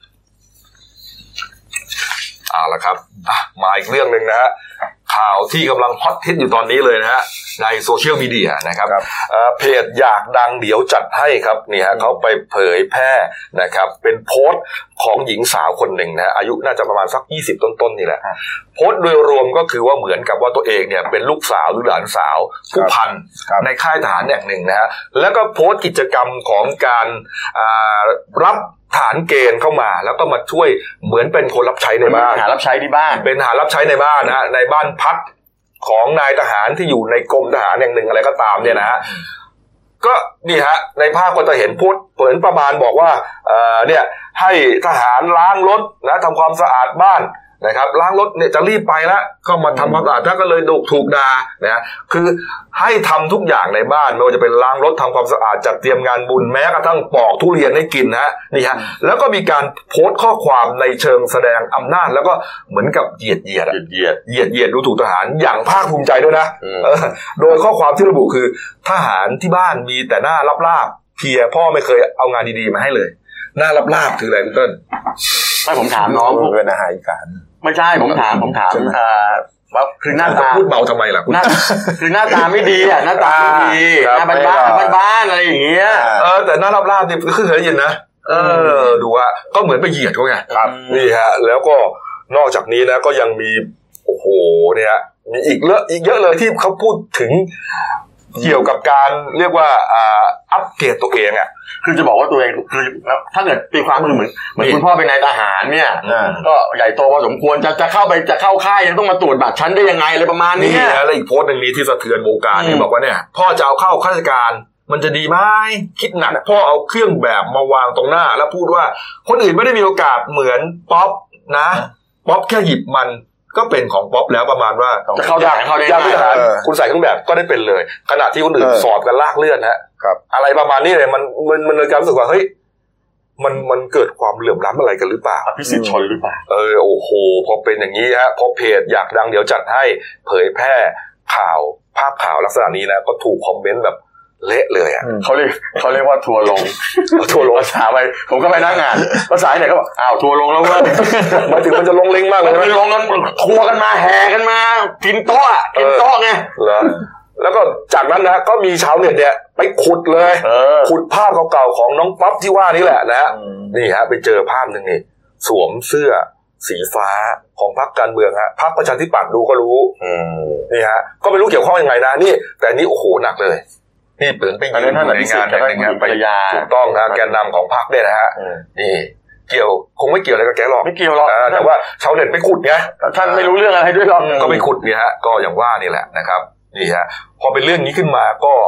S1: เอาละครับมาอีกเรื่องนึงนะฮะข่าวที่กำลังฮอตฮิตอยู่ตอนนี้เลยนะฮะในโซเชียลมีเดียนะครับเพจอยากดังเดี๋ยวจัดให้ครับนี่ฮะเขาไปเผยแพร่นะครับเป็นโพสต์ของหญิงสาวคนหนึ่งนะอายุน่าจะประมาณสัก20ต้นๆนี่แหละโพสต์โดยรวมก็คือว่าเหมือนกับว่าตัวเองเนี่ยเป็นลูกสาวหรือหลานสาวผู้พันในค่ายทหารแห่งหนึ่งนะฮะแล้วก็โพสต์กิจกรรมของการรับทหารเกณฑ์เข้ามาแล้วก็มาช่วยเหมือนเป็นคนรับใช้ในบ้าน
S3: หารับใช้ที่บ้าน
S1: เป็นหารับใช้ในบ้านนะในบ้านพักของนายทหารที่อยู่ในกรมทหารอย่างหนึ่งอะไรก็ตามเนี่ยนะฮะก็นี่ฮะในภาพก็จะเห็นพูดเปิดประมาณบอกว่าเนี่ยให้ทหารล้างรถนะทำความสะอาดบ้านนะครับล้างรถเนี่ยจะรีบไปแล้วก็มาทำความสะอาดถ้าก็เลยถูกด่านะคือให้ทำทุกอย่างในบ้านไม่ว่าจะเป็นล้างรถทำความสะอาดจัดเตรียมงานบุญแม้กระทั่งปอกทุเรียนให้กินนะนี่ฮะแล้วก็มีการโพสต์ข้อความในเชิงแสดงอำนาจแล้วก็เหมือนกับเหยียดดูถูกทหารอย่างภาคภูมิใจด้วยนะโดยข้อความที่ระบุคือทหารที่บ้านมีแต่หน้าลาบๆเพียพ่อไม่เคยเอางานดีๆมาให้เลยหน้าลาบๆคืออะไรคุณต้น
S3: ไม่ผมถามน้อง
S5: เป็นอาหารอีสาน
S3: ไม่ใช่ผมถามว่าคือหน้าตา
S1: พูดเบาทำไมล่ะ
S3: คือหน้าตาไม่ดีอ่ะหน้าตาไม่ดีหน้าบ้านอะไรอย่างเงี้ย
S1: แต่หน้าลาบๆนี่คือเคยได้ยินนะดูว่าก็เหมือนไปเหยียดเขาไงนี่ฮะแล้วก็นอกจากนี้นะก็ยังมีโอ้โหเนี่ยมีอีกเยอะเลยที่เขาพูดถึงเกี่ยวกับการเรียกว่าอัปเกรดตัวเองอ่ะ
S3: คือจะบอกว่าตัวเองคือถ้าเกิดตีความเหมือนคุณพ่อเป็นนายทหารเนี่ยก็ใหญ่โตพอสมควรจะเข้าค่ายยังต้องมาตรวจบัตรชั้นได้ยังไงอะไรประมาณนี้
S1: แล้วอีกโพสต์นึงนี้ที่สะเทือนวงการที่บอกว่าเนี่ยพ่อจะเอาเข้าข้าราชการมันจะดีไหมคิดหนักพ่อเอาเครื่องแบบมาวางตรงหน้าแล้วพูดว่าคนอื่นไม่ได้มีโอกาสเหมือนป๊อปนะป๊อปแค่หยิบมันก็เป็นของป๊อปแล้วประมาณว่า
S3: จะเข้าได้
S1: คุณใส่เครื่องแบบก็ได้เป็นเลยขณะที่คนอื่นสอบกันลากเลื่อนนะครับอะไรประมาณนี้เลยมันเลยการรู้สึกว่าเฮ้ยมันเกิดความเหลื่อมล้ำอะไรกันหรือเปล่า
S3: อภิสิทธิ์ชนหรือเปล่า
S1: โอ้โหพอเป็นอย่างนี้ฮะพอเพจอยากดังเดี๋ยวจัดให้เผยแพร่ข่าวภาพข่าวลักษณะนี้นะก็ถูกคอมเมนต์แบบเละเลยอ่ะ
S3: เขาเรียกว่าทัวร์ลงภาษาไปผมก็ไปนั่งงานภาษาไหนก็บอกอ้าวทัวร์ลงแล้วเว้ย
S1: มาถึงมันจะลงเล้งมากเลย
S3: มันลงกันทัวร์กันมาแห่กันมากินโต๊ะไง
S1: แล้วก็จากนั้นนะก็มีชาวเน็ตเนี่ยไปขุดเลยขุดภาพเก่าๆของน้องป๊อปที่ว่านี่แหละนะฮะนี่ฮะไปเจอภาพนึงนี่สวมเสื้อสีฟ้าของพรรคการเมืองฮะพรรคประชาธิปัตย์ดูก็รู้นี่ฮะก็ไม่รู้เกี่ยวข้องยังไงนะนี่แต่นี่โอ้โหหนักเลยนี่เปิดไปยืนในงานไปถูกต้องนะแกนนำของพรรคเนี่ยนะฮะนี่เกี่ยวคงไม่เกี่ยวอะไรกับแกหรอก
S3: ไม่เกี่ยวหรอก
S1: แต่ว่าชาวเน็ตไปขุดไง
S3: ท่านไม่รู้เรื่องอะไรด้วยหรอก
S1: ก็ไปขุดเนี่ยฮะก็อย่างว่านี่แหละนะครับนี่ฮะพอเป็นเรื่องนี้ขึ้นมาก็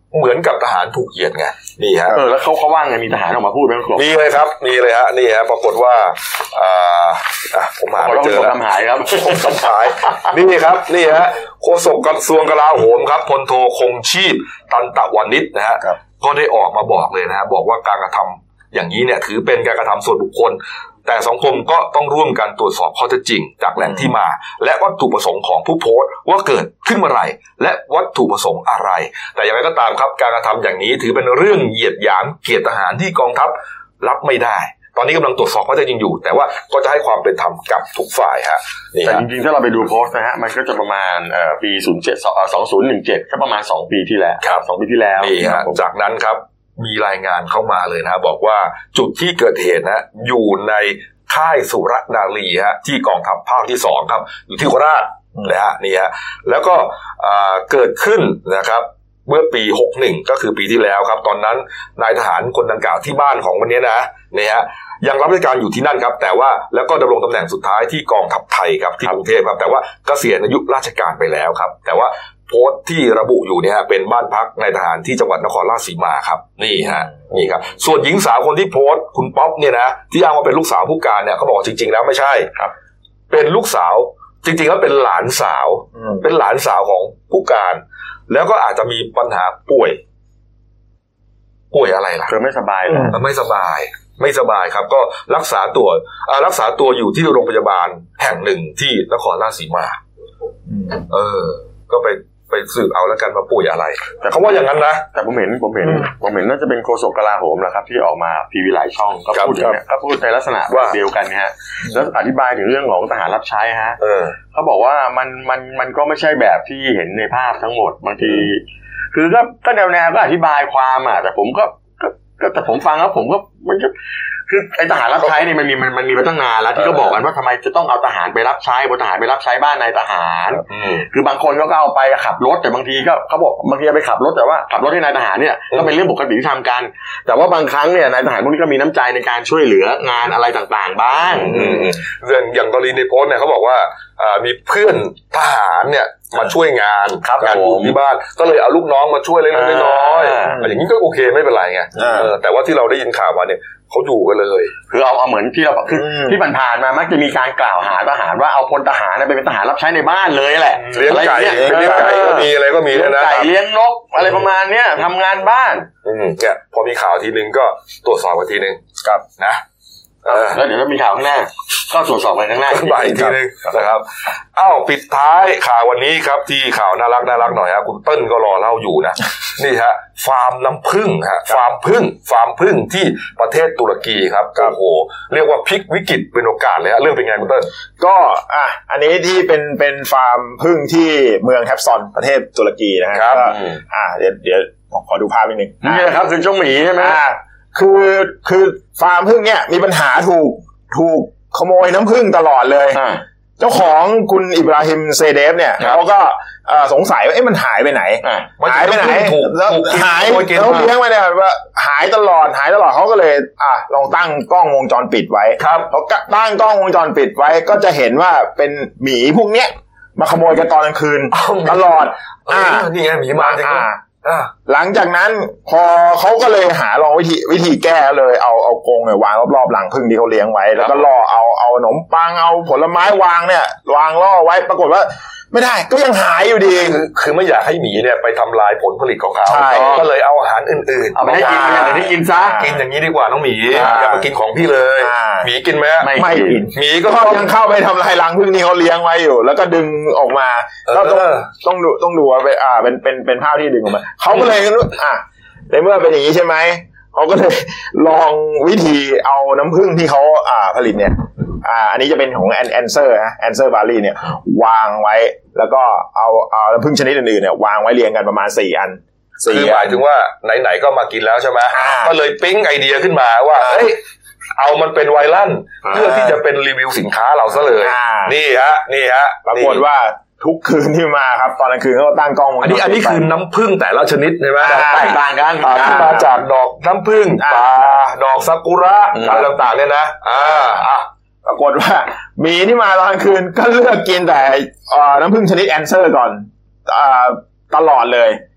S1: เหมือนกับทหารถูกเหยียดไงนี่ฮะ
S3: แล้วเขาว่าไงมีทหารออกมาพูดไหมครับ
S1: มีเลยครับมีเลยฮะนี่ฮะปรากฏว่าผมหาไม่เจอแล้ว
S3: ทำหายครับ
S1: ทำหายนี่ครับนี่ฮะโฆษกกระทรวงกลาโหมครับพลโทคงชีพตันตะวานิชนะฮะก็ได้ออกมาบอกเลยนะฮะบอกว่าการกระทำอย่างนี้เนี่ยถือเป็นการกระทำส่วนบุคคลแต่สังคมก็ต้องร่วมกันตรวจสอบข้อเท็จจริงจากแหล่งที่มาและวัตถุประสงค์ของผู้โพสต์ว่าเกิดขึ้นเมื่อไหร่และวัตถุประสงค์อะไรแต่อย่างไรก็ตามครับการกระทำอย่างนี้ถือเป็นเรื่องเหยียดหยามเกียรติทหารที่กองทัพรับไม่ได้ตอนนี้กำลังตรวจสอบข้อเท็จจริงอยู่แต่ว่าก็จะให้ความเป็นธรรมกับทุกฝ่ายฮะ
S3: แต่จริงๆถ้าเราไปดูโพสต์นะฮะมันก็จะประมาณปี2017ก็ประมาณ2ปีที่แล้ว2ปีที่แล้ว
S1: นี่ฮะจากนั้นครับมีรายงานเข้ามาเลยนะบอกว่าจุดที่เกิดเหตุนะอยู่ในค่ายสุรนารีฮะที่กองทัพภาคที่2ครับอยู่ที่โคราชนะฮะนี่ฮะแล้วก็เกิดขึ้นนะครับเมื่อปี61ก็คือปีที่แล้วครับตอนนั้นนายทหารคนดังกล่าวที่บ้านของวันนี้นะนี่ฮะยังรับราชการอยู่ที่นั่นครับแต่ว่าแล้วก็ดำรงตำแหน่งสุดท้ายที่กองทัพไทยครับที่กรุงเทพครับแต่ว่าเกษียณอายุราชการไปแล้วครับแต่ว่าโพสต์ที่ระบุอยู่เนี่ยเป็นบ้านพักนายทหารที่จังหวัดนครราชสีมาครับนี่ฮะนี่ครับส่วนหญิงสาวคนที่โพสต์คุณป๊อปเนี่ยนะที่อ้างว่าเป็นลูกสาวผู้การเนี่ยเขาบอกจริงๆแล้วไม่ใช่ครับเป็นลูกสาวจริงๆแล้วเป็นหลานสาวเป็นหลานสาวของผู้การแล้วก็อาจจะมีปัญหาป่วยอะไรล่ะ
S3: คือไม่สบายเหรอ
S1: ไม่สบายครับก็รักษาตัวอยู่ที่โรงพยาบาลแห่งหนึ่งที่นครราชสีมาก็ไปสืบเอาแล้วกันมาป่วยอะไรแต่เขาว่าอย่างนั้นนะ
S3: แต่ผมเห็นน่าจะเป็นโฆษกกลาโหมแหละครับที่ออกมาทีวีหลายช่องก็พูดอย่างเงี้ยก็พูดในลักษณะเดียวกันฮะแล้วอธิบายถึงเรื่องของทหารรับใช้ฮะเขาบอกว่ามันก็ไม่ใช่แบบที่เห็นในภาพทั้งหมดบางทีคือก็แนวก็อธิบายความแต่ผมก็แต่ผมฟังแล้วผมก็มันก็คือไอ้ทหารรับใช้นี่มันมีมาตั้งนานแล้วที่เขาบอกกันว่าทำไมจะต้องเอาทหารไปรับใช้ทหารไปรับใช้บ้านนายทหารคือบางคนก็เอาไปขับรถแต่บางทีก็เขาบอกบางทีไปขับรถแต่ว่าขับรถให้นายทหารเนี่ยก็เป็นเรื่องปกติที่ทำกันแต่ว่าบางครั้งเนี่ยนายทหารพวกนี้ก็มีน้ำใจในการช่วยเหลืองานอะไรต่างๆบ้าง
S1: อย่างกรณีในโพสต์เนี่ยเขาบอกว่ามีเพื่อนทหารเนี่ยมาช่วยงานอยู่ที่บ้านก็เลยเอาลูกน้องมาช่วยเล็กๆน้อยๆอย่างนี้ก็โอเคไม่เป็นไรไงแต่ว่าที่เราได้ยินข่าวมาเนี่ยเขาอยู่กันเลย
S3: คือเอาเหมือนที่เราคือที่ผ่านๆมามักจะมีการกล่าวหาทหารว่าเอาพลทหารไปเป็นทหารรับใช้ในบ้านเลยแหละ
S1: เลี้ยงไก่ก็มีอะไรก็มีนะ
S3: ไก่เลี้ยงนกอะไรประมาณเนี้ยทำงานบ้าน
S1: เนี่ยพอมีข่าวทีนึงก็ตรวจสอบกันทีนึง
S3: ครับนะแล้วเดี๋ยวถ้ามีข่าวข้างหน้าก็ตรวจสอบกันข้างหน้า
S1: อีกทีนึงนะครับปิดท้ายข่าววันนี้ครับที่ข่าวน่ารักหน่อยฮะคุณเติ้ลก็รอเล่าอยู่นะนี่ฮะฟาร์มน้ำผึ้งฮะฟาร์มผึ้งที่ประเทศตุรกีครับโอ้โหเรียกว่าพลิกวิกฤตเป็นโอกาสเลยฮะเรื่องเป็นไงคุณเติ้ล
S5: ก็อันนี้ที่เป็นฟาร์มผึ้งที่เมืองแทบซอนประเทศตุรกีนะครับเดี๋ยวขอดูภาพนิดนึง
S3: นี่นะครับคือเจ้าหมีใช่ไหม
S5: คือฟาร์มผึ้งเนี่ยมีปัญหาถูกขโมยน้ำผึ้งตลอดเลยเจ้าของคุณอิบราฮิมเซเดฟเนี่ยเขาก็สงสัยว่ามันหายไปไหนแล้วหายแล้วเลี้ยงไว้เนี่ยว่าหายตลอดเขาก็เลยลองตั้งกล้องวงจรปิดไว้เขาตั้งกล้องวงจรปิดไว้ก็จะเห็นว่าเป็นหมีพวกเนี้ยมาขโมยกันตอนกลางคืนตลอด
S1: นี่ไงหมีมาจริง
S5: หลังจากนั้นพอเขาก็เลยหาลองวิธีแก้เลยเอากรงเนี่ยวางรอบๆหลังผึ้งที่เขาเลี้ยงไว้แล้วก็ล่อเอาขนมปังเอาผลไม้วางล่อไว้ปรากฏว่าไม่ได้ก็ยังหายอยู่ดี
S1: คือไม่อยากให้หมีเนี่ยไปทำลายผลผลิตของเขาก็เลยเอาอาหารอื่น
S3: ๆเอาไปให้กินให้กินซะ
S1: กินอย่างนี้ดีกว่าน้องหมีอย่ามากินของพี่เลยหมีกินไหม
S5: ไม่กินหมีก็ยังเข้าไปทำลายรังผึ้งที่เขาเลี้ยงไว้อยู่แล้วก็ดึงออกมาก็ต้องดูว่าเป็นภาพที่ดึงออกมาเขาก็เลยในเมื่อเป็นอย่างนี้ใช่ไหมเขาก็เลยลองวิธีเอาน้ำผึ้งที่เขาผลิตเนี่ยอันนี้จะเป็นของแอนเซอร์บาร์ลี่เนี่ยวางไว้แล้วก็เอาน้ำผึ้งชนิดอื่นๆเนี่ยวางไว้เรียงกันประมาณ4 อัน
S1: คือหมายถึงว่าไหนๆก็มากินแล้วใช่ไหมก็เลยปิ๊งไอเดียขึ้นมาว่าเฮ้ยเอามันเป็นไวรัลเพื่อที่จะเป็นรีวิวสินค้าเราซะเลยนี่ฮะ
S5: ปรากฏว่าทุกคืนที่มาครับตอนกลางคืนเขาตั้งกล้อง
S1: อันนี้คือน้ำผึ้งแต่ละชนิดใช่ไหม
S3: แตกต่างกัน
S1: ที่มาจากดอกน้ำผึ้งป่าดอกซากุระอะไรต่างๆเนี่ยนะ
S5: ปรากฏว่ามีที่มาตอนกลางคืนก็เลือกกินแต่น้ำผึ้งชนิดแอนเซอร์ก่อนตลอดเลย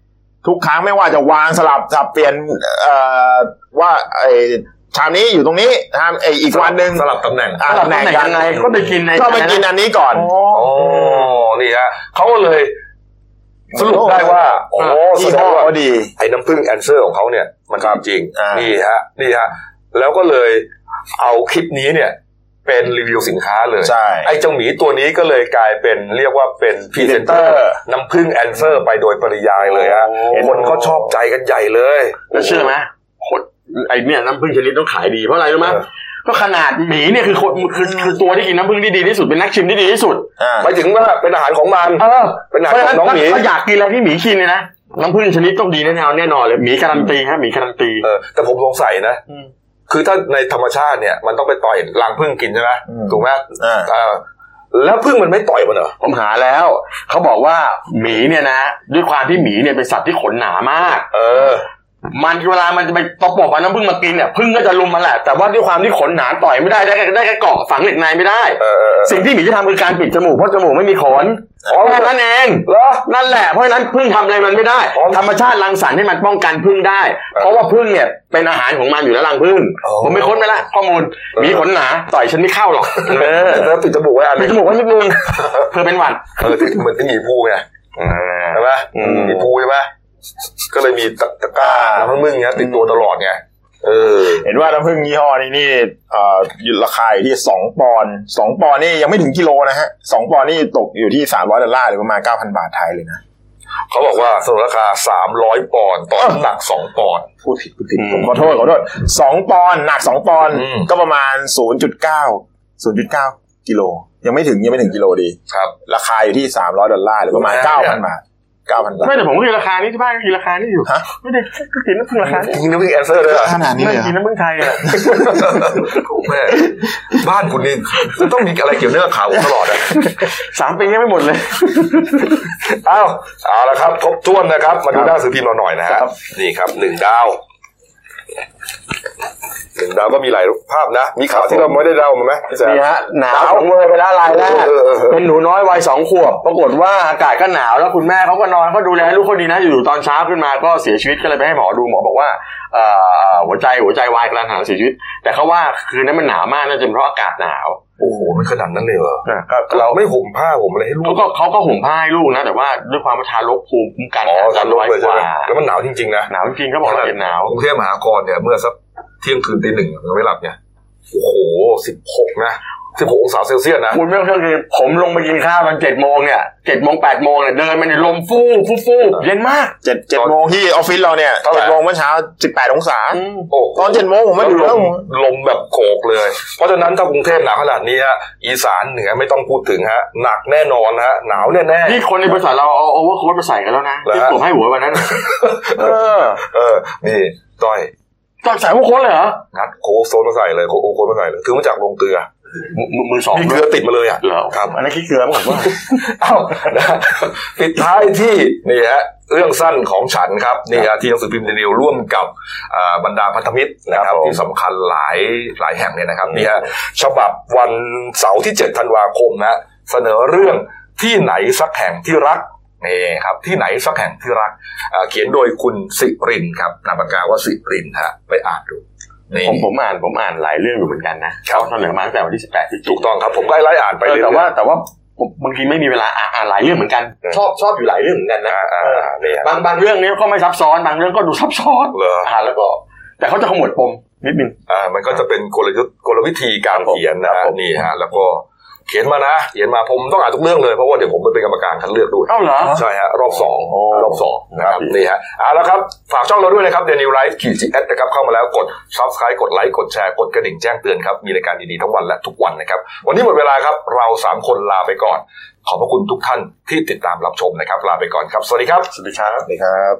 S5: ทุกครั้งไม่ว่าจะวางสลับสับเปลี่ยนว่าชามนี้อยู่ตรงนี้ทำอีกวันนึง
S1: สลับตำแหน่ง
S3: ยังไงก็ไปกิน
S5: อันนี้ก่อน
S1: นี่ฮะเขาก็เลยสรุปได้ว่า
S5: ที่พ่อดี
S1: ไอ้น้ำผึ้งแอนเซอร์ของเขาเนี่ยมันจริงนี่ฮะแล้วก็เลยเอาคลิปนี้เนี่ยเป็นรีวิวสินค้าเลยไอ้เจ้าหมีตัวนี้ก็เลยกลายเป็นเรียกว่าเป็นพรีเซนเตอร์น้ำผึ้งแอนเซอร์ไปโดยปริยายเลยฮะคนเขาชอบใจกันใหญ่เลย
S3: แล้วเชื่อไหมไอ้เนี่ยน้ำผึ้งชนิดต้องขายดีเพราะอะไรรู้ไหมก็ขนาดหมีเนี่ยคือตัวที่กินน้ำผึ้งที่ดีที่สุดเป็นนักชิมที่ดีที่สุด
S1: หมายถึงว่าเป็นอาหารของมันเป็นอาหารของน้องหมี
S3: ถ้าอยากกินอะไรที่หมีกินเลยนะน้ำผึ้งชนิดต้องดีแน่นอนเลยหมีการันตีฮะหมีการันตี
S1: แต่ผมสงสัยนะคือถ้าในธรรมชาติเนี่ยมันต้องไปต่อยรังผึ้งกินใช่ไหมถูกไหมแล้วผึ้งมันไม่ต่อยมันเหรอ
S3: ผมหาแล้วเขาบอกว่าหมีเนี่ยนะด้วยความที่หมีเนี่ยเป็นสัตว์ที่ขนหนามากมันเวลามันจะไปตบเอาน้ำผึ้งมากินเนี่ยผึ้งก็จะลุมมันแหละแต่ว่าด้วยความที่ขนหนาต่อยไม่ได้แค่เกาะฝังเหล็กในไม่ได้สิ่งที่หมีจะทำคือการปิดจมูกเพราะจมูกไม่มีขนแค่นั้นเองนั่นแหละเพราะฉะนั้นผึ้งทำอะไรมันไม่ได้ธรรมชาติรังสรรค์ให้มันป้องกันผึ้งได้เพราะว่าผึ้งเนี่ยเป็นอาหารของมันอยู่แล้วรังผึ้งผมไม่ค้นไปละข้อมูลมีขนหนาต่อยฉันไม่เข้าหรอก
S1: แล้วปิดจมูกไว้
S3: ปิดจมูกไว้นิดนึงเพื่อเป็นหวัด
S1: เหมือนที่หมีภูไงใช่ไหมหมีภูใช่ไหมก็เลยมีตะกร้าน้ำผึ้งเนี้ยติดตัวตลอดไง
S5: เห็นว่าน้ำผึ้งยี่ห้อนี้นี่อยู่ราคาอยู่ที่2 ปอนด์2 ปอนด์นี่ยังไม่ถึงกิโลนะฮะ2 ปอนด์นี่ตกอยู่ที่$300หรือประมาณ 9,000 บาทไทยเลยนะ
S1: เขาบอกว่าสนุนราคา300 ปอนด์ต่อน้ำหนัก2 ปอนด์
S5: พูดผิดผมขอโทษ2 ปอนด์หนัก2 ปอนด์ก็ประมาณ 0.9 กิโลยังไม่ถึงกิโลดี
S1: ครับ
S5: ราคาอยู่ที่$300หรือประมาณ 9,000 บาท
S3: ไม่แต่ผมก็กินราคานี้ที่บ้านก็กินราคานี้อยู่ไม่ได้ก็กินน้ำผึ้งราคานี้
S1: กินน้ำผึ้งแอนเซอร์ด้วย
S5: ขนาดนี้เลย
S3: กินน้ำผึ้งไทยอ่ะ
S1: แม่บ้านคุณนี่ต้องมีอะไรเกี่ยวเนื่องข่าวตลอดอ่ะ
S3: 3 ปียังไม่หมดเลย
S1: เอาละครับทบทวนนะครับมาดูหน้าสื่อพิมพ์เราหน่อยนะฮะนี่ครับ1 ดาว1 ดาวก็มีหลายภาพนะมีข่าวที่เราไม่ได้เดามั้ย
S3: นี่ฮะหนาวของเมย์ไปแล้วรายแรกเป็นหนูน้อยวัย2 ขวบปรากฏว่าอากาศก็หนาวแล้วคุณแม่เขาก็นอนเขาดูแลลูกเขาดีนะอยู่ตอนเช้าขึ้นมาก็เสียชีวิตก็เลยไปให้หมอดูหมอบอกว่าหัวใจวายกระทันหันเสียชีวิตแต่เขาว่าคืนนั้นมันหนาวมากน่าจะเป็นเพราะอากาศหนาว
S1: โอ้โหมันขนาดนั้นเลยเหรอเราไม่ห่มผ้าห่มอะไรให้ลูก
S3: เขาก็ห่มผ้าให้ลูกนะแต่ว่าด้วยความว่าทารกภูมิคุ้มกัน
S1: จะน้อยกว่าแล้วมันหนาวจริงๆนะ
S3: หนาวจริงๆเขาบอกว่าหนาว
S1: กรุงเทพมหานครเนี่ยเมื่อสักเที่ยงคืนตี 1ยังไม่หลับเนี่ยโอ้โห16นะ16 องศาเซลเซียสนะ
S3: คุณไม่ต้องคือผมลงไปกินข้าวตอน7 โมงเนี่ย7 โมง 8 โมงเนี่ยเดินมาในลมฟูเย็นมาก
S5: 7 โมงที่ออฟฟิศเราเนี่ย7 โมงเมื่อเช้า18 องศาตอน7 โมงผมไม่ดูแล้ว
S1: ลมแบบโขกเลยเพราะฉะนั้นถ้ากรุงเทพหนาวขนาดนี้ฮะอีสานเหนือไม่ต้องพูดถึงฮะหนักแน่นอนฮะหนาวแน่
S3: ๆนี่คนในบริษัทเราเอาโอเวอร์โค้ทมาใส่กันแล้วนะที่ผมให้หัววันนั้น
S1: นี่ต้อย
S3: ใส่โอเวอร์โค้ทเลยเหรอ
S1: งัดโค้ทโซนมาใส่เลยโค้ทมาใส่เลยถือมาจากโรงเกลือ
S3: มือ2
S1: มีเกลือติดมาเลยอ่ะ
S3: ครับอันนั้นขี้เกลือมั้งว่า
S1: ปิดท้ายที่นี่ฮะเรื่องสั้นของฉันครับนี่ฮะที่หนังสือพิมพ์เดลินิวร่วมกับบรรดาพันธมิตรนะครับที่สำคัญหลายแห่งเนี่ยนะครับนี่ฮะฉบับวันเสาร์ที่7 ธันวาคมนะเสนอเรื่องที่ไหนสักแห่งที่รักนี่ครับที่ไหนสักแห่งที่รักเขียนโดยคุณสิรินครับนามปากกาว่าสิรินฮะไปอ่านดู
S3: ผมอ่านหลายเรื่องอยู่เหมือนกันนะเขาเสนอมาตั้งแต่วันที่18
S1: ถูกต้องครับผมก็ไล่อ่านไป
S3: แต่ว่าผมบางทีไม่มีเวลาอ่านหลายเรื่องเหมือนกันชอบอยู่หลายเรื่องเหมือนกันนะบางเรื่องนี้ก็ไม่ซับซ้อนบางเรื่องก็ดูซับซ้อนแล้วก็แต่เขาจะขมวดปมนิดนึง
S1: มันก็จะเป็นกลวิธีการเขียนนะนี่ฮะแล้วก็เขียนมาผมต้องอ่านทุกเรื่องเลยเพราะว่าเดี๋ยวผมไปเป็นกรรมการคัดเลือกด้วย
S3: เหรอ
S1: ใช่ฮะรอบ2นะครับนี่ฮะแล้วครับฝากช่องเราด้วยนะครับ The New Life _GS นะครับเข้ามาแล้วกด Subscribe กดไลค์กดแชร์กดกระดิ่งแจ้งเตือนครับมีรายการดีๆทั้งวันและทุกวันนะครับวันนี้หมดเวลาครับเรา3 คนลาไปก่อนขอบพระคุณทุกท่านที่ติดตามรับชมนะครับลาไปก่อนครับสวัสดีครับ
S5: สวัสดีครับ